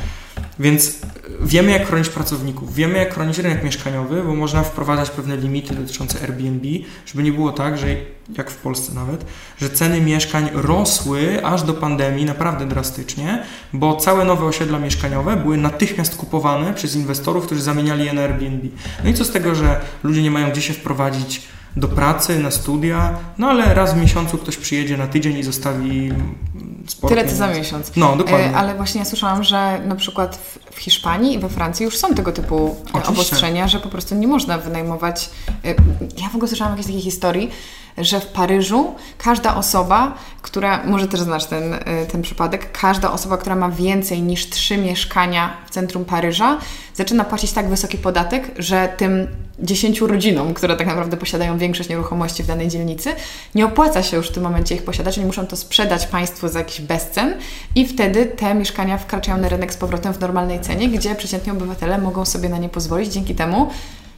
Więc wiemy, jak chronić pracowników, wiemy, jak chronić rynek mieszkaniowy, bo można wprowadzać pewne limity dotyczące Airbnb, żeby nie było tak, że jak w Polsce nawet, że ceny mieszkań rosły aż do pandemii naprawdę drastycznie, bo całe nowe osiedla mieszkaniowe były natychmiast kupowane przez inwestorów, którzy zamieniali je na Airbnb. No i co z tego, że ludzie nie mają gdzie się wprowadzić do pracy, na studia, no ale raz w miesiącu ktoś przyjedzie na tydzień i zostawi sport. Tyle co za miesiąc. No, dokładnie. Ale właśnie ja słyszałam, że na przykład w, w Hiszpanii i we Francji już są tego typu Oczywiście. obostrzenia, że po prostu nie można wynajmować. Ja w ogóle słyszałam jakieś takiej historii, że w Paryżu każda osoba, która, może też znasz ten, ten przypadek, każda osoba, która ma więcej niż trzy mieszkania w centrum Paryża, zaczyna płacić tak wysoki podatek, że tym dziesięciu rodzinom, które tak naprawdę posiadają większość nieruchomości w danej dzielnicy, nie opłaca się już w tym momencie ich posiadać, oni muszą to sprzedać państwu za jakiś bezcen i wtedy te mieszkania wkraczają na rynek z powrotem w normalnej cenie, gdzie przeciętni obywatele mogą sobie na nie pozwolić, dzięki temu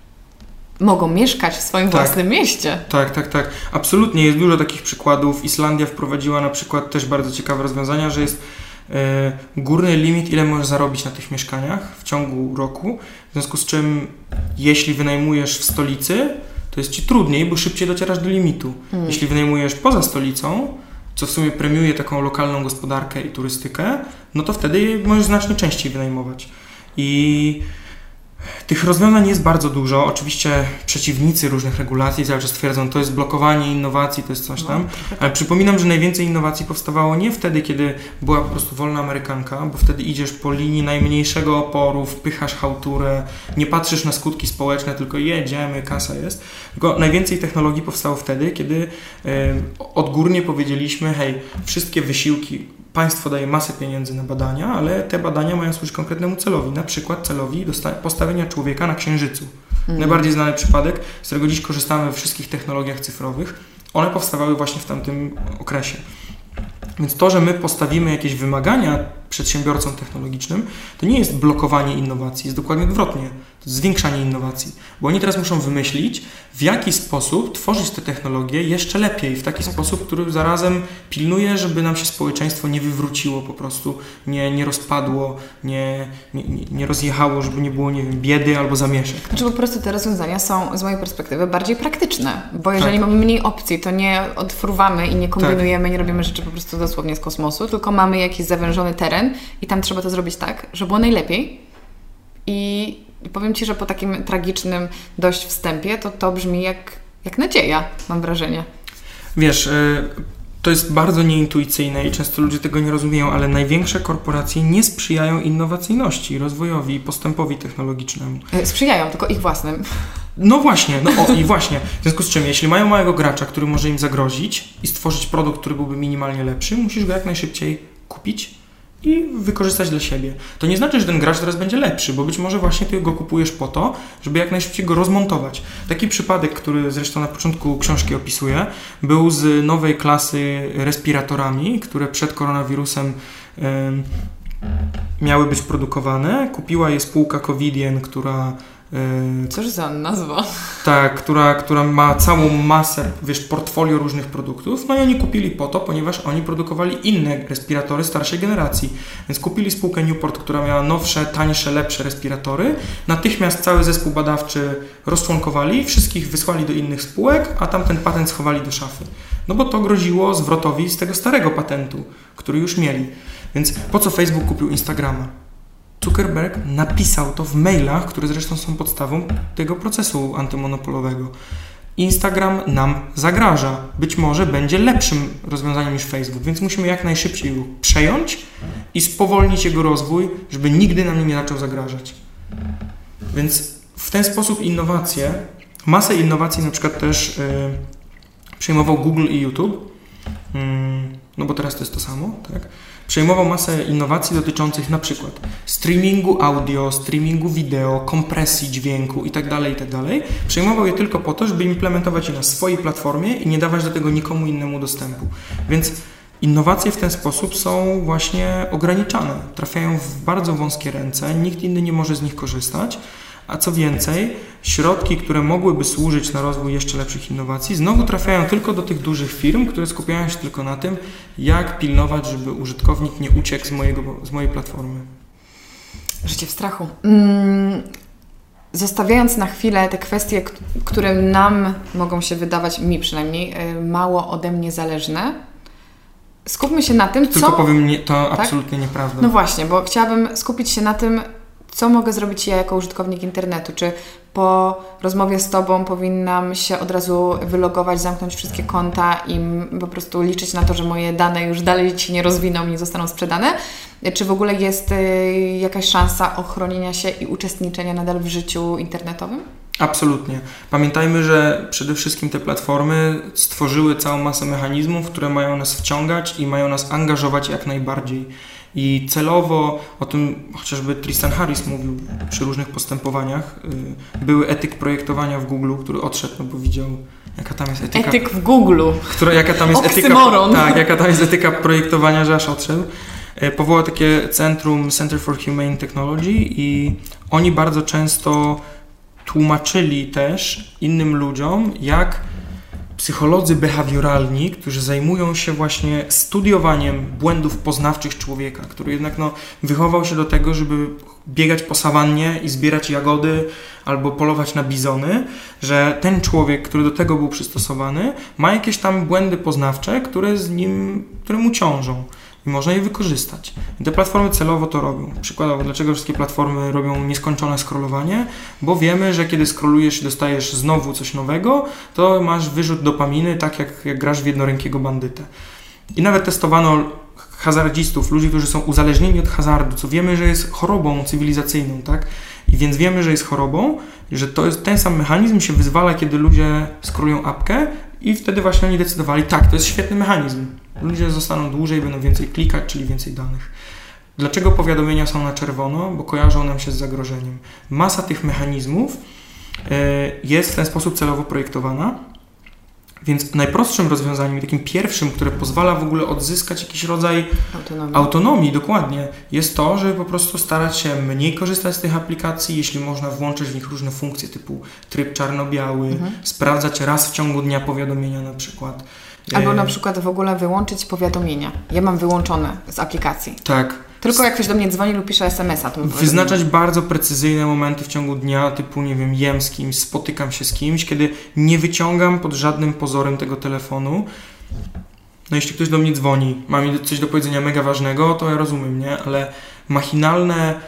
mogą mieszkać w swoim tak, własnym mieście. Tak, tak, tak. Absolutnie. Jest dużo takich przykładów. Islandia wprowadziła na przykład też bardzo ciekawe rozwiązania, że jest e, górny limit, ile możesz zarobić na tych mieszkaniach w ciągu roku. W związku z czym, jeśli wynajmujesz w stolicy, to jest Ci trudniej, bo szybciej docierasz do limitu. Hmm. Jeśli wynajmujesz poza stolicą, co w sumie premiuje taką lokalną gospodarkę i turystykę, no to wtedy możesz znacznie częściej wynajmować. I tych rozwiązań jest bardzo dużo. Oczywiście przeciwnicy różnych regulacji cały czas twierdzą, że to jest blokowanie innowacji, to jest coś tam. Ale przypominam, że najwięcej innowacji powstawało nie wtedy, kiedy była po prostu wolna amerykanka, bo wtedy idziesz po linii najmniejszego oporu, wpychasz chałturę, nie patrzysz na skutki społeczne, tylko jedziemy, kasa jest. Tylko najwięcej technologii powstało wtedy, kiedy e, odgórnie powiedzieliśmy, hej, wszystkie wysiłki, państwo daje masę pieniędzy na badania, ale te badania mają służyć konkretnemu celowi, na przykład celowi dosta- postawienia człowieka na Księżycu. Mm. Najbardziej znany przypadek, z którego dziś korzystamy we wszystkich technologiach cyfrowych, one powstawały właśnie w tamtym okresie. Więc to, że my postawimy jakieś wymagania przedsiębiorcom technologicznym, to nie jest blokowanie innowacji, jest dokładnie odwrotnie. To jest zwiększanie innowacji, bo oni teraz muszą wymyślić, w jaki sposób tworzyć te technologie jeszcze lepiej, w taki sposób, który zarazem pilnuje, żeby nam się społeczeństwo nie wywróciło po prostu, nie, nie rozpadło, nie, nie, nie rozjechało, żeby nie było, nie wiem, biedy albo zamieszek. Znaczy po prostu te rozwiązania są z mojej perspektywy bardziej praktyczne, bo jeżeli tak. mamy mniej opcji, to nie odfruwamy i nie kombinujemy, tak. nie robimy rzeczy po prostu dosłownie z kosmosu, tylko mamy jakiś zawężony teren i tam trzeba to zrobić tak, żeby było najlepiej. I I powiem Ci, że po takim tragicznym dość wstępie, to to brzmi jak, jak nadzieja, mam wrażenie. Wiesz, to jest bardzo nieintuicyjne i często ludzie tego nie rozumieją, ale największe korporacje nie sprzyjają innowacyjności, rozwojowi i postępowi technologicznemu. Sprzyjają, tylko ich własnym. No właśnie, no o, i właśnie. W związku z czym, jeśli mają małego gracza, który może im zagrozić i stworzyć produkt, który byłby minimalnie lepszy, musisz go jak najszybciej kupić i wykorzystać dla siebie. To nie znaczy, że ten gracz teraz będzie lepszy, bo być może właśnie Ty go kupujesz po to, żeby jak najszybciej go rozmontować. Taki przypadek, który zresztą na początku książki opisuję, był z nowej klasy respiratorami, które przed koronawirusem y, miały być produkowane. Kupiła je spółka Covidien, która Cóż za nazwa. Tak, która, która ma całą masę, wiesz, portfolio różnych produktów. No i oni kupili po to, ponieważ oni produkowali inne respiratory starszej generacji. Więc kupili spółkę Newport, która miała nowsze, tańsze, lepsze respiratory. Natychmiast cały zespół badawczy rozczłonkowali, wszystkich wysłali do innych spółek, a tamten patent schowali do szafy. No bo to groziło zwrotowi z tego starego patentu, który już mieli. Więc po co Facebook kupił Instagrama? Zuckerberg napisał to w mailach, które zresztą są podstawą tego procesu antymonopolowego. Instagram nam zagraża. Być może będzie lepszym rozwiązaniem niż Facebook, więc musimy jak najszybciej go przejąć i spowolnić jego rozwój, żeby nigdy nam nie zaczął zagrażać. Więc w ten sposób innowacje, masę innowacji na przykład też yy, przejmował Google i YouTube, yy, no bo teraz to jest to samo, tak? Przejmował masę innowacji dotyczących na przykład streamingu audio, streamingu wideo, kompresji dźwięku itd., itd. Przejmował je tylko po to, żeby implementować je na swojej platformie i nie dawać do tego nikomu innemu dostępu. Więc innowacje w ten sposób są właśnie ograniczane. Trafiają w bardzo wąskie ręce, nikt inny nie może z nich korzystać. A co więcej, środki, które mogłyby służyć na rozwój jeszcze lepszych innowacji, znowu trafiają tylko do tych dużych firm, które skupiają się tylko na tym, jak pilnować, żeby użytkownik nie uciekł z, mojego, z mojej platformy. Życie w strachu. Mm, zostawiając na chwilę te kwestie, które nam mogą się wydawać, mi przynajmniej, mało ode mnie zależne, skupmy się na tym, co... Tylko powiem, nie, to tak? absolutnie nieprawda. No właśnie, bo chciałabym skupić się na tym, co mogę zrobić ja jako użytkownik internetu? Czy po rozmowie z Tobą powinnam się od razu wylogować, zamknąć wszystkie konta i po prostu liczyć na to, że moje dane już dalej się nie rozwiną i nie zostaną sprzedane? Czy w ogóle jest jakaś szansa ochronienia się i uczestniczenia nadal w życiu internetowym? Absolutnie. Pamiętajmy, że przede wszystkim te platformy stworzyły całą masę mechanizmów, które mają nas wciągać i mają nas angażować jak najbardziej. I celowo, o tym chociażby Tristan Harris mówił przy różnych postępowaniach, były etyk projektowania w Google, który odszedł, no bo widział, jaka tam jest etyka. Etyk w Google. Która, jaka tam jest etyka, tak, jaka tam jest etyka projektowania, że aż odszedł. Powołał takie centrum Center for Humane Technology i oni bardzo często tłumaczyli też innym ludziom, jak psycholodzy behawioralni, którzy zajmują się właśnie studiowaniem błędów poznawczych człowieka, który jednak no, wychował się do tego, żeby biegać po sawannie i zbierać jagody albo polować na bizony, że ten człowiek, który do tego był przystosowany, ma jakieś tam błędy poznawcze, które z nim, które mu ciążą. I można je wykorzystać. I te platformy celowo to robią. Przykładowo, dlaczego wszystkie platformy robią nieskończone scrollowanie? Bo wiemy, że kiedy scrollujesz i dostajesz znowu coś nowego, to masz wyrzut dopaminy, tak jak, jak grasz w jednorękiego bandytę. I nawet testowano hazardzistów, ludzi, którzy są uzależnieni od hazardu, co wiemy, że jest chorobą cywilizacyjną, tak? I więc wiemy, że jest chorobą, że to jest ten sam mechanizm się wyzwala, kiedy ludzie scrollują apkę i wtedy właśnie oni decydowali, tak, to jest świetny mechanizm. Ludzie zostaną dłużej, będą więcej klikać, czyli więcej danych. Dlaczego powiadomienia są na czerwono? Bo kojarzą nam się z zagrożeniem. Masa tych mechanizmów jest w ten sposób celowo projektowana, więc najprostszym rozwiązaniem, takim pierwszym, które pozwala w ogóle odzyskać jakiś rodzaj autonomii. autonomii, dokładnie, jest to, żeby po prostu starać się mniej korzystać z tych aplikacji, jeśli można włączyć w nich różne funkcje typu tryb czarno-biały, mhm. sprawdzać raz w ciągu dnia powiadomienia na przykład. Albo na przykład w ogóle wyłączyć powiadomienia. Ja mam wyłączone z aplikacji. Tak. Tylko jak ktoś do mnie dzwoni lub pisze es em es a. To wyznaczać bardzo precyzyjne momenty w ciągu dnia, typu, nie wiem, jem z kimś, spotykam się z kimś, kiedy nie wyciągam pod żadnym pozorem tego telefonu. No jeśli ktoś do mnie dzwoni, ma mi coś do powiedzenia mega ważnego, to ja rozumiem, nie? Ale machinalne...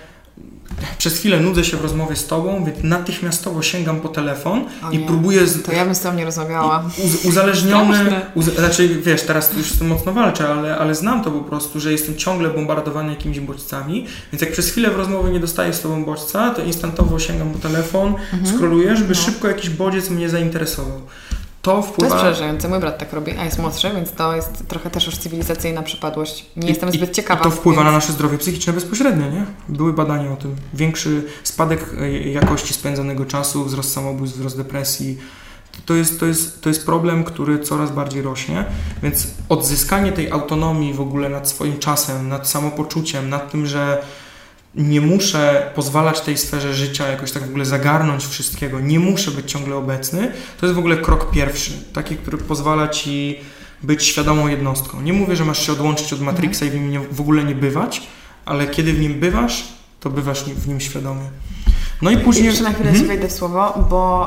Przez chwilę nudzę się w rozmowie z Tobą, więc natychmiastowo sięgam po telefon o i nie. próbuję... Z... To ja bym z Tobą nie rozmawiała. Uz, uzależniony... Uz, znaczy, wiesz, teraz już z tym mocno walczę, ale, ale znam to po prostu, że jestem ciągle bombardowany jakimiś bodźcami, więc jak przez chwilę w rozmowie nie dostaję z Tobą bodźca, to instantowo sięgam po telefon, mhm. scrolluję, żeby no. szybko jakiś bodziec mnie zainteresował. To wpływa... To jest przerażające. Mój brat tak robi, a jest młodszy, więc to jest trochę też już cywilizacyjna przypadłość. Nie I, jestem zbyt ciekawa. I to wpływa więc... na nasze zdrowie psychiczne bezpośrednio, nie? Były badania o tym. Większy spadek jakości spędzonego czasu, wzrost samobójstw, wzrost depresji. To jest, to jest, to jest problem, który coraz bardziej rośnie, więc odzyskanie tej autonomii w ogóle nad swoim czasem, nad samopoczuciem, nad tym, że nie muszę pozwalać tej sferze życia jakoś tak w ogóle zagarnąć wszystkiego, nie muszę być ciągle obecny, to jest w ogóle krok pierwszy, taki, który pozwala Ci być świadomą jednostką. Nie mówię, że masz się odłączyć od Matrixa i w nim nie, w ogóle nie bywać, ale kiedy w nim bywasz, to bywasz w nim świadomie. No i później... Jeszcze na chwilę hmm? Ci wejdę w słowo, bo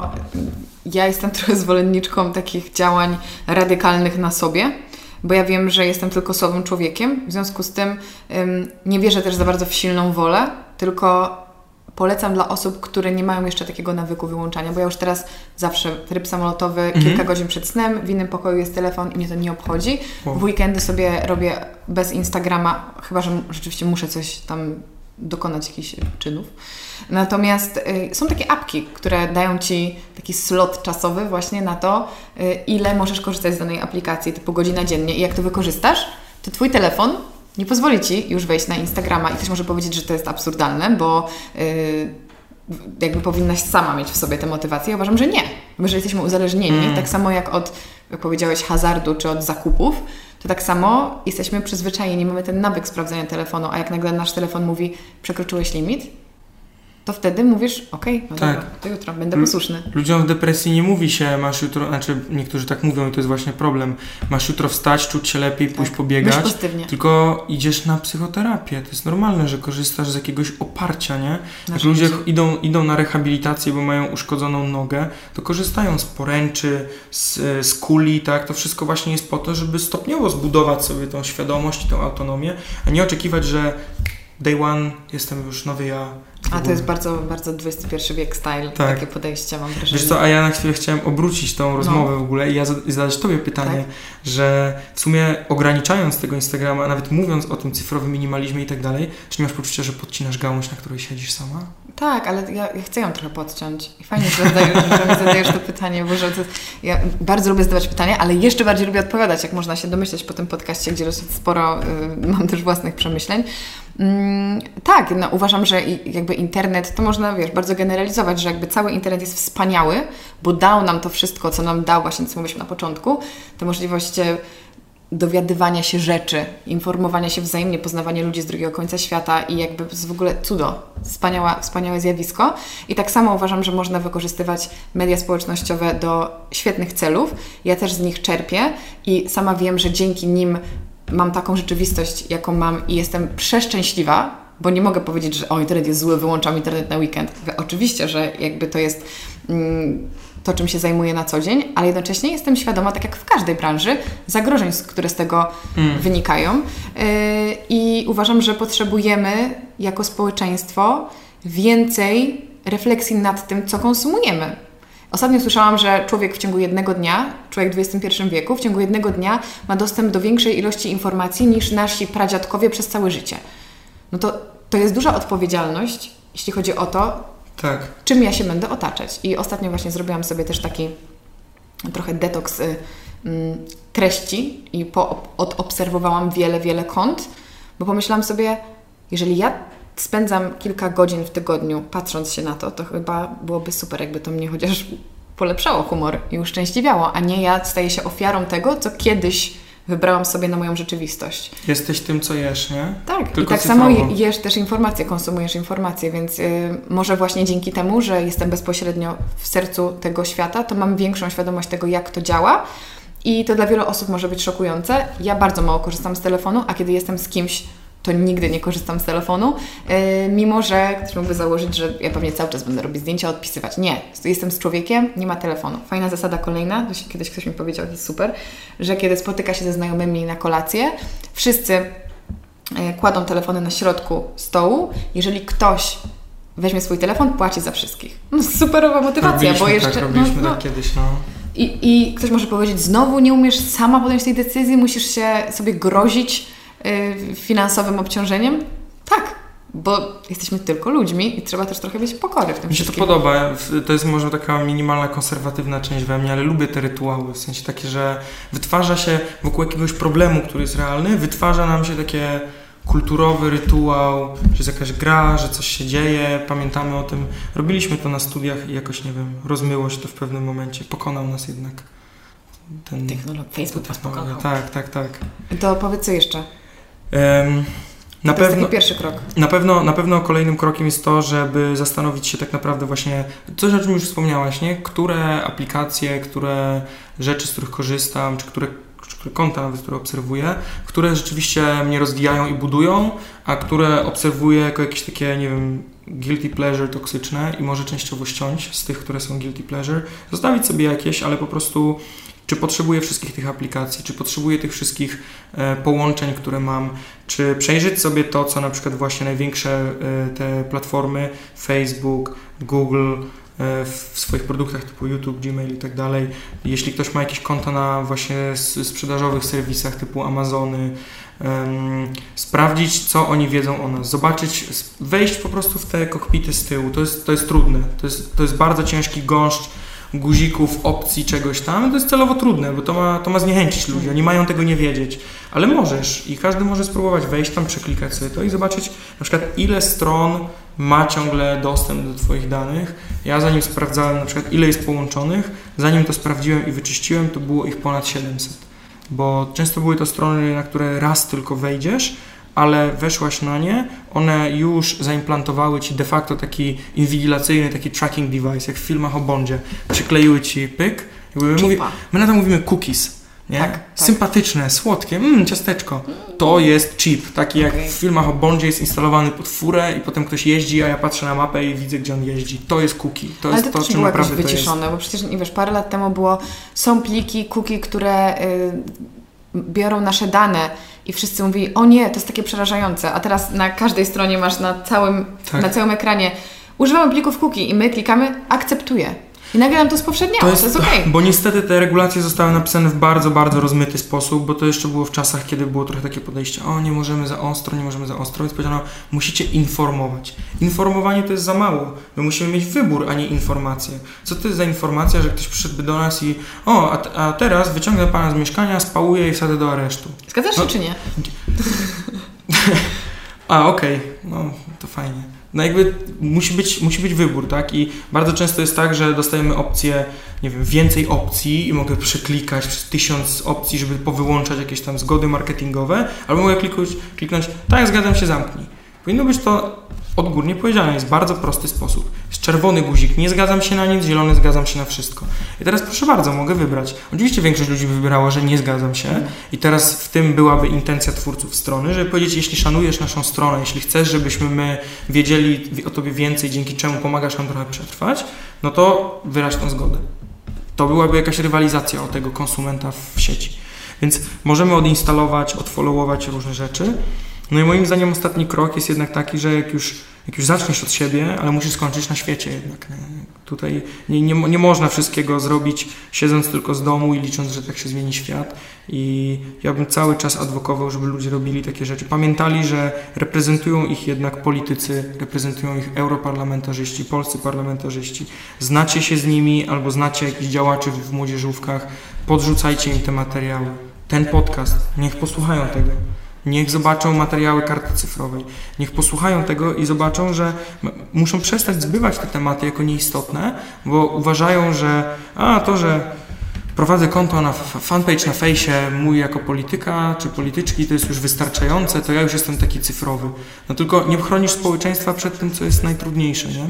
ja jestem trochę zwolenniczką takich działań radykalnych na sobie, bo ja wiem, że jestem tylko słabym człowiekiem, w związku z tym ym, nie wierzę też za bardzo w silną wolę, tylko polecam dla osób, które nie mają jeszcze takiego nawyku wyłączania, bo ja już teraz zawsze tryb samolotowy, mhm. kilka godzin przed snem, w innym pokoju jest telefon i mnie to nie obchodzi. O. W weekendy sobie robię bez Instagrama, chyba że rzeczywiście muszę coś tam dokonać jakichś czynów. Natomiast y, są takie apki, które dają Ci taki slot czasowy właśnie na to, y, ile możesz korzystać z danej aplikacji, typu godzina dziennie i jak to wykorzystasz, to Twój telefon nie pozwoli Ci już wejść na Instagrama i ktoś może powiedzieć, że to jest absurdalne, bo y, jakby powinnaś sama mieć w sobie tę motywację. Ja uważam, że nie, bo że jesteśmy uzależnieni, mm. tak samo jak od, jak powiedziałeś, hazardu czy od zakupów, to tak samo jesteśmy przyzwyczajeni, mamy ten nawyk sprawdzania telefonu, a jak nagle nasz telefon mówi, przekroczyłeś limit, to wtedy mówisz, okej, okay, no tak. dobra, to jutro będę posłuszny. Ludziom w depresji nie mówi się, masz jutro, znaczy niektórzy tak mówią i to jest właśnie problem, masz jutro wstać, czuć się lepiej, tak. pójść pobiegać, pozytywnie. Tylko idziesz na psychoterapię. To jest normalne, że korzystasz z jakiegoś oparcia, nie? Jak ludzie idą, idą na rehabilitację, bo mają uszkodzoną nogę, to korzystają z poręczy, z, z kuli, tak? To wszystko właśnie jest po to, żeby stopniowo zbudować sobie tą świadomość i tą autonomię, a nie oczekiwać, że day one jestem już nowy ja, A to jest bardzo, bardzo dwudziesty pierwszy wiek style, tak. Takie podejście, mam wrażenie. Wiesz co, a ja na chwilę chciałem obrócić tą rozmowę no. w ogóle i ja zadać Tobie pytanie, tak. że w sumie ograniczając tego Instagrama, a nawet mówiąc o tym cyfrowym minimalizmie i tak dalej, czy nie masz poczucia, że podcinasz gałąź, na której siedzisz sama? Tak, ale ja, ja chcę ją trochę podciąć. I fajnie, że zadajesz, że mi zadajesz to pytanie, bo że to, ja bardzo lubię zadawać pytania, ale jeszcze bardziej lubię odpowiadać, jak można się domyśleć po tym podcaście, gdzie dosyć sporo y, mam też własnych przemyśleń. Mm, tak, no, uważam, że jakby internet, to można, wiesz, bardzo generalizować, że jakby cały internet jest wspaniały, bo dał nam to wszystko, co nam dał, właśnie co mówiliśmy na początku, te możliwości dowiadywania się rzeczy, informowania się wzajemnie, poznawania ludzi z drugiego końca świata i jakby w ogóle cudo, wspaniała, wspaniałe zjawisko. I tak samo uważam, że można wykorzystywać media społecznościowe do świetnych celów. Ja też z nich czerpię i sama wiem, że dzięki nim mam taką rzeczywistość, jaką mam i jestem przeszczęśliwa, bo nie mogę powiedzieć, że o, internet jest zły, wyłączam internet na weekend. Oczywiście, że jakby to jest mm, to, czym się zajmuję na co dzień, ale jednocześnie jestem świadoma, tak jak w każdej branży, zagrożeń, które z tego mm. wynikają. Yy, I uważam, że potrzebujemy jako społeczeństwo więcej refleksji nad tym, co konsumujemy. Ostatnio słyszałam, że człowiek w ciągu jednego dnia, człowiek w dwudziestym pierwszym wieku, w ciągu jednego dnia ma dostęp do większej ilości informacji niż nasi pradziadkowie przez całe życie. No to, to jest duża odpowiedzialność, jeśli chodzi o to, tak. czym ja się będę otaczać. I ostatnio właśnie zrobiłam sobie też taki trochę detoks y, y, treści i po, odobserwowałam wiele, wiele kont, bo pomyślałam sobie, jeżeli ja spędzam kilka godzin w tygodniu patrząc się na to, to chyba byłoby super, jakby to mnie chociaż polepszało humor i uszczęśliwiało, a nie ja staję się ofiarą tego, co kiedyś wybrałam sobie na moją rzeczywistość. Jesteś tym, co jesz, nie? Tak. Tylko i tak cyfrowo. samo jesz też informacje, konsumujesz informacje, więc yy, może właśnie dzięki temu, że jestem bezpośrednio w sercu tego świata, to mam większą świadomość tego, jak to działa i to dla wielu osób może być szokujące. Ja bardzo mało korzystam z telefonu, a kiedy jestem z kimś, to nigdy nie korzystam z telefonu, yy, mimo że ktoś mógłby założyć, że ja pewnie cały czas będę robić zdjęcia, odpisywać. Nie, jestem z człowiekiem, nie ma telefonu. Fajna zasada kolejna, to się, kiedyś ktoś mi powiedział, to jest super, że kiedy spotyka się ze znajomymi na kolację, wszyscy yy, kładą telefony na środku stołu. Jeżeli ktoś weźmie swój telefon, płaci za wszystkich. No, superowa motywacja, robiliśmy bo jeszcze... Tak, robiliśmy no, tak no, kiedyś, no. I, I ktoś może powiedzieć, znowu nie umiesz sama podjąć tej decyzji, musisz się sobie grozić finansowym obciążeniem? Tak, bo jesteśmy tylko ludźmi i trzeba też trochę mieć pokory w tym Mi się wszystkim. to podoba. To jest może taka minimalna, konserwatywna część we mnie, ale lubię te rytuały. W sensie takie, że wytwarza się wokół jakiegoś problemu, który jest realny, wytwarza nam się takie kulturowy rytuał, że jest jakaś gra, że coś się dzieje, pamiętamy o tym. Robiliśmy to na studiach i jakoś, nie wiem, rozmyło się to w pewnym momencie. Pokonał nas jednak ten... Technolog, Facebook was pokonał. Tak, tak, tak. To powiedz co jeszcze? Um, na to pewno, jest taki pierwszy krok. Na pewno, na pewno kolejnym krokiem jest to, żeby zastanowić się tak naprawdę właśnie, coś o czym już wspomniałaś, nie? Które aplikacje, które rzeczy, z których korzystam, czy które, czy które konta nawet, które obserwuję, które rzeczywiście mnie rozwijają i budują, a które obserwuję jako jakieś takie, nie wiem, guilty pleasure toksyczne i może częściowo ściąć z tych, które są guilty pleasure, zostawić sobie jakieś, ale po prostu czy potrzebuję wszystkich tych aplikacji, czy potrzebuję tych wszystkich e, połączeń, które mam, czy przejrzeć sobie to, co na przykład właśnie największe e, te platformy, Facebook, Google e, w swoich produktach typu YouTube, Gmail i tak dalej. Jeśli ktoś ma jakieś konta na właśnie sprzedażowych serwisach typu Amazony, um, sprawdzić, co oni wiedzą o nas, zobaczyć, wejść po prostu w te kokpity z tyłu. To jest, to jest trudne, to jest, to jest bardzo ciężki gąszcz guzików, opcji, czegoś tam, to jest celowo trudne, bo to ma, to ma zniechęcić ludzi, oni mają tego nie wiedzieć, ale możesz i każdy może spróbować wejść tam, przeklikać sobie to i zobaczyć na przykład ile stron ma ciągle dostęp do Twoich danych. Ja zanim sprawdzałem na przykład ile jest połączonych, zanim to sprawdziłem i wyczyściłem, to było ich ponad siedemset, bo często były to strony, na które raz tylko wejdziesz, ale weszłaś na nie, one już zaimplantowały Ci de facto taki inwigilacyjny, taki tracking device, jak w filmach o Bondzie. Przykleiły Ci pyk. My, mówi, my na to mówimy cookies, nie? Tak, tak. Sympatyczne, słodkie, mm, ciasteczko. To jest chip, taki jak okay. w filmach o Bondzie jest instalowany pod furę i potem ktoś jeździ, a ja patrzę na mapę i widzę, gdzie on jeździ. To jest cookie. To ale jest to, to, czym naprawdę to jest. wyciszone, bo przecież, nie wiesz, parę lat temu było, są pliki, cookie, które... Yy, biorą nasze dane i wszyscy mówili, o nie, to jest takie przerażające, a teraz na każdej stronie masz na całym, tak. na całym ekranie używamy plików cookie i my klikamy akceptuję. I nagle nam to spowszedniało, to jest, to jest okej. Okay. Bo niestety te regulacje zostały napisane w bardzo, bardzo rozmyty sposób, bo to jeszcze było w czasach, kiedy było trochę takie podejście, o nie możemy za ostro, nie możemy za ostro, więc powiedziano, musicie informować. Informowanie to jest za mało. My musimy mieć wybór, a nie informacje. Co to jest za informacja, że ktoś przyszedłby do nas i o, a, a teraz wyciągnę pana z mieszkania, spałuję i wsadzę do aresztu. Zgadzasz się no, czy nie? a, okej, okay. No to fajnie. No jakby musi być, musi być wybór, tak? I bardzo często jest tak, że dostajemy opcję, nie wiem, więcej opcji i mogę przeklikać przez tysiąc opcji, żeby powyłączać jakieś tam zgody marketingowe, albo mogę kliknąć, kliknąć tak, zgadzam się, zamknij. Powinno być to odgórnie powiedziane, jest bardzo prosty sposób. Jest czerwony guzik, nie zgadzam się na nic, zielony zgadzam się na wszystko. I teraz proszę bardzo, mogę wybrać. Oczywiście większość ludzi by wybierała, że nie zgadzam się i teraz w tym byłaby intencja twórców strony, żeby powiedzieć, jeśli szanujesz naszą stronę, jeśli chcesz, żebyśmy my wiedzieli o tobie więcej, dzięki czemu pomagasz nam trochę przetrwać, no to wyraź tą zgodę. To byłaby jakaś rywalizacja o tego konsumenta w sieci. Więc możemy odinstalować, odfollowować różne rzeczy. No i moim zdaniem ostatni krok jest jednak taki, że jak już, jak już zaczniesz od siebie, ale musisz skończyć na świecie jednak. Nie? Tutaj nie, nie, nie można wszystkiego zrobić siedząc tylko z domu i licząc, że tak się zmieni świat. I ja bym cały czas adwokował, żeby ludzie robili takie rzeczy. Pamiętali, że reprezentują ich jednak politycy, reprezentują ich europarlamentarzyści, polscy parlamentarzyści. Znacie się z nimi albo znacie jakichś działaczy w młodzieżówkach, podrzucajcie im te materiały. Ten podcast, niech posłuchają tego. Niech zobaczą materiały karty cyfrowej. Niech posłuchają tego i zobaczą, że muszą przestać zbywać te tematy jako nieistotne, bo uważają, że a to, że prowadzę konto na fanpage na fejsie mój jako polityka czy polityczki, to jest już wystarczające, to ja już jestem taki cyfrowy. No tylko nie chronisz społeczeństwa przed tym, co jest najtrudniejsze, nie?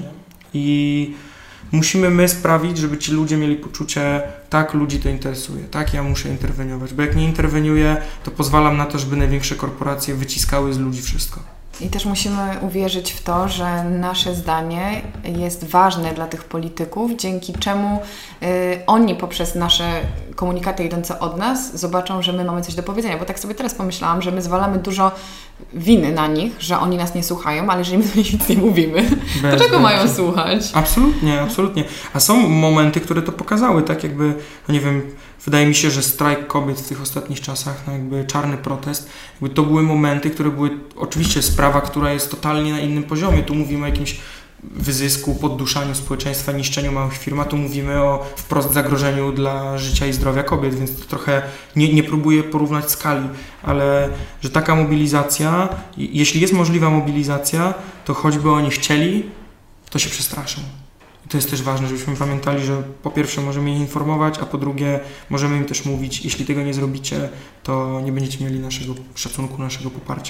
I musimy my sprawić, żeby ci ludzie mieli poczucie, tak, ludzi to interesuje, tak, ja muszę interweniować, bo jak nie interweniuję, to pozwalam na to, żeby największe korporacje wyciskały z ludzi wszystko. I też musimy uwierzyć w to, że nasze zdanie jest ważne dla tych polityków, dzięki czemu y, oni poprzez nasze komunikaty idące od nas zobaczą, że my mamy coś do powiedzenia. Bo tak sobie teraz pomyślałam, że my zwalamy dużo winy na nich, że oni nas nie słuchają, ale jeżeli my do nich nic nie mówimy, bez, to czego bez. mają słuchać? Absolutnie, absolutnie. A są momenty, które to pokazały, tak jakby, no nie wiem, wydaje mi się, że strajk kobiet w tych ostatnich czasach, no jakby czarny protest, jakby to były momenty, które były, oczywiście sprawa, która jest totalnie na innym poziomie, tu mówimy o jakimś wyzysku, podduszaniu społeczeństwa, niszczeniu małych firm, a tu mówimy o wprost zagrożeniu dla życia i zdrowia kobiet, więc to trochę nie, nie próbuję porównać skali, ale że taka mobilizacja, jeśli jest możliwa mobilizacja, to choćby oni chcieli, to się przestraszą. I to jest też ważne, żebyśmy pamiętali, że po pierwsze możemy ich informować, a po drugie możemy im też mówić, jeśli tego nie zrobicie, to nie będziecie mieli naszego szacunku, naszego poparcia.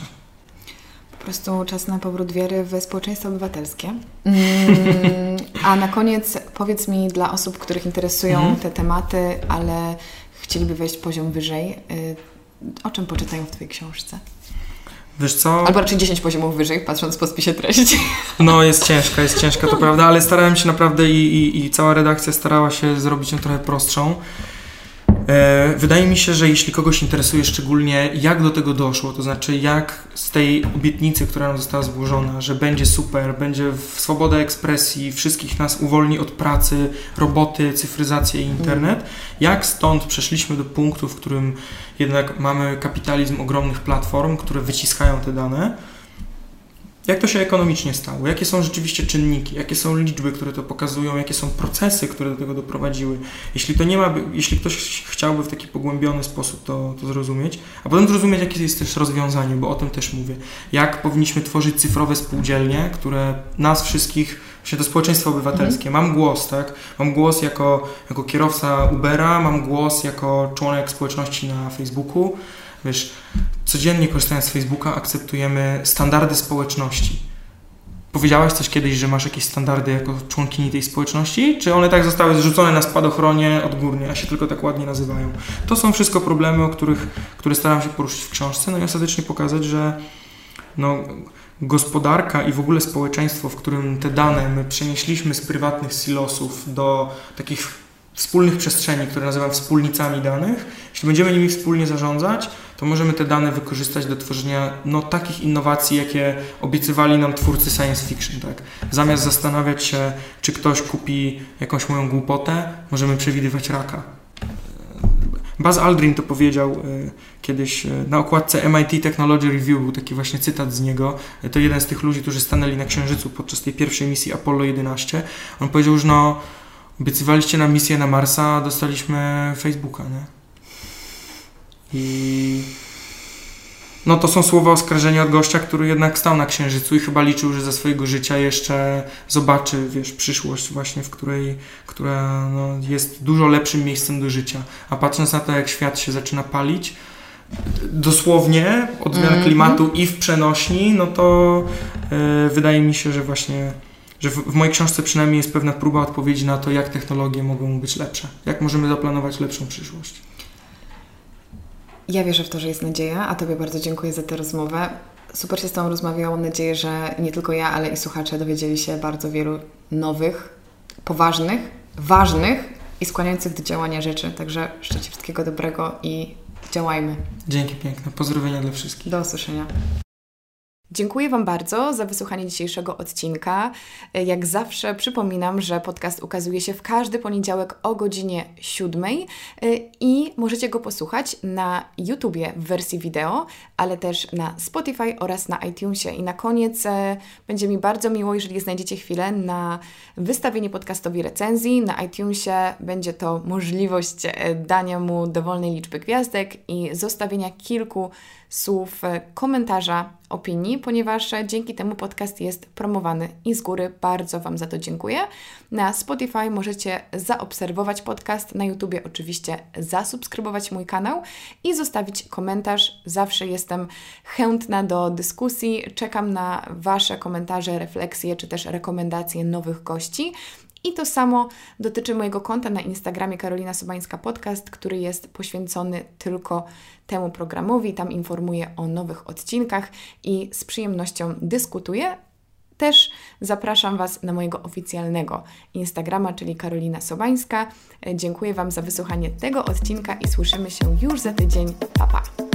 Po prostu czas na powrót wiary w społeczeństwo obywatelskie. Mm, a na koniec powiedz mi dla osób, których interesują mhm. te tematy, ale chcieliby wejść poziom wyżej, y, o czym poczytają w Twojej książce? Wiesz co? Albo raczej dziesięć poziomów wyżej, patrząc po spisie treści. No jest ciężka, jest ciężka, to prawda, ale starałem się naprawdę i, i, i cała redakcja starała się zrobić ją trochę prostszą. E, wydaje mi się, że jeśli kogoś interesuje szczególnie jak do tego doszło, to znaczy jak z tej obietnicy, która nam została złożona, że będzie super, będzie swoboda ekspresji, wszystkich nas uwolni od pracy, roboty, cyfryzację i internet, mm. jak stąd przeszliśmy do punktu, w którym jednak mamy kapitalizm ogromnych platform, które wyciskają te dane. Jak to się ekonomicznie stało? Jakie są rzeczywiście czynniki? Jakie są liczby, które to pokazują? Jakie są procesy, które do tego doprowadziły? Jeśli to nie ma, jeśli ktoś chciałby w taki pogłębiony sposób to, to zrozumieć, a potem zrozumieć, jakie jest też rozwiązanie, bo o tym też mówię. Jak powinniśmy tworzyć cyfrowe spółdzielnie, które nas wszystkich, właśnie to społeczeństwo obywatelskie, mhm. mam głos, tak? Mam głos jako, jako kierowca Ubera, mam głos jako członek społeczności na Facebooku. Wiesz, codziennie korzystając z Facebooka akceptujemy standardy społeczności. Powiedziałaś coś kiedyś, że masz jakieś standardy jako członkini tej społeczności? Czy one tak zostały zrzucone na spadochronie odgórnie, a się tylko tak ładnie nazywają? To są wszystko problemy, o których, które staram się poruszyć w książce, no i ostatecznie pokazać, że no, gospodarka i w ogóle społeczeństwo, w którym te dane my przenieśliśmy z prywatnych silosów do takich wspólnych przestrzeni, które nazywam wspólnicami danych. Jeśli będziemy nimi wspólnie zarządzać, to możemy te dane wykorzystać do tworzenia no, takich innowacji, jakie obiecywali nam twórcy science fiction. Tak? Zamiast zastanawiać się, czy ktoś kupi jakąś moją głupotę, możemy przewidywać raka. Buzz Aldrin to powiedział y, kiedyś y, na okładce M I T Technology Review, był taki właśnie cytat z niego. Y, to jeden z tych ludzi, którzy stanęli na Księżycu podczas tej pierwszej misji Apollo jedenaście. On powiedział, że no, obiecywaliście nam misję na Marsa, a dostaliśmy Facebooka, nie? I no to są słowa oskarżenia od gościa, który jednak stał na Księżycu i chyba liczył, że za swojego życia jeszcze zobaczy, wiesz, przyszłość właśnie, w której, która no, jest dużo lepszym miejscem do życia. A patrząc na to, jak świat się zaczyna palić, dosłownie od zmian mm-hmm. klimatu i w przenośni, no to yy, wydaje mi się, że właśnie że w, w mojej książce przynajmniej jest pewna próba odpowiedzi na to, jak technologie mogą być lepsze. Jak możemy zaplanować lepszą przyszłość. Ja wierzę w to, że jest nadzieja, a Tobie bardzo dziękuję za tę rozmowę. Super się z Tobą rozmawiało. Mam nadzieję, że nie tylko ja, ale i słuchacze dowiedzieli się bardzo wielu nowych, poważnych, ważnych i skłaniających do działania rzeczy. Także życzę Ci wszystkiego dobrego i działajmy. Dzięki piękne. Pozdrowienia dla wszystkich. Do usłyszenia. Dziękuję Wam bardzo za wysłuchanie dzisiejszego odcinka. Jak zawsze przypominam, że podcast ukazuje się w każdy poniedziałek o godzinie siódmej i możecie go posłuchać na YouTubie w wersji wideo, ale też na Spotify oraz na iTunesie. I na koniec będzie mi bardzo miło, jeżeli znajdziecie chwilę na wystawienie podcastowi recenzji. Na iTunesie będzie to możliwość dania mu dowolnej liczby gwiazdek i zostawienia kilku słów komentarza, opinii, ponieważ dzięki temu podcast jest promowany i z góry bardzo Wam za to dziękuję. Na Spotify możecie zaobserwować podcast, na YouTubie oczywiście zasubskrybować mój kanał i zostawić komentarz. Zawsze jestem chętna do dyskusji, czekam na Wasze komentarze, refleksje czy też rekomendacje nowych gości. I to samo dotyczy mojego konta na Instagramie Karolina Sobańska Podcast, który jest poświęcony tylko temu programowi. Tam informuję o nowych odcinkach i z przyjemnością dyskutuję. Też zapraszam Was na mojego oficjalnego Instagrama, czyli Karolina Sobańska. Dziękuję Wam za wysłuchanie tego odcinka i słyszymy się już za tydzień. Pa, pa!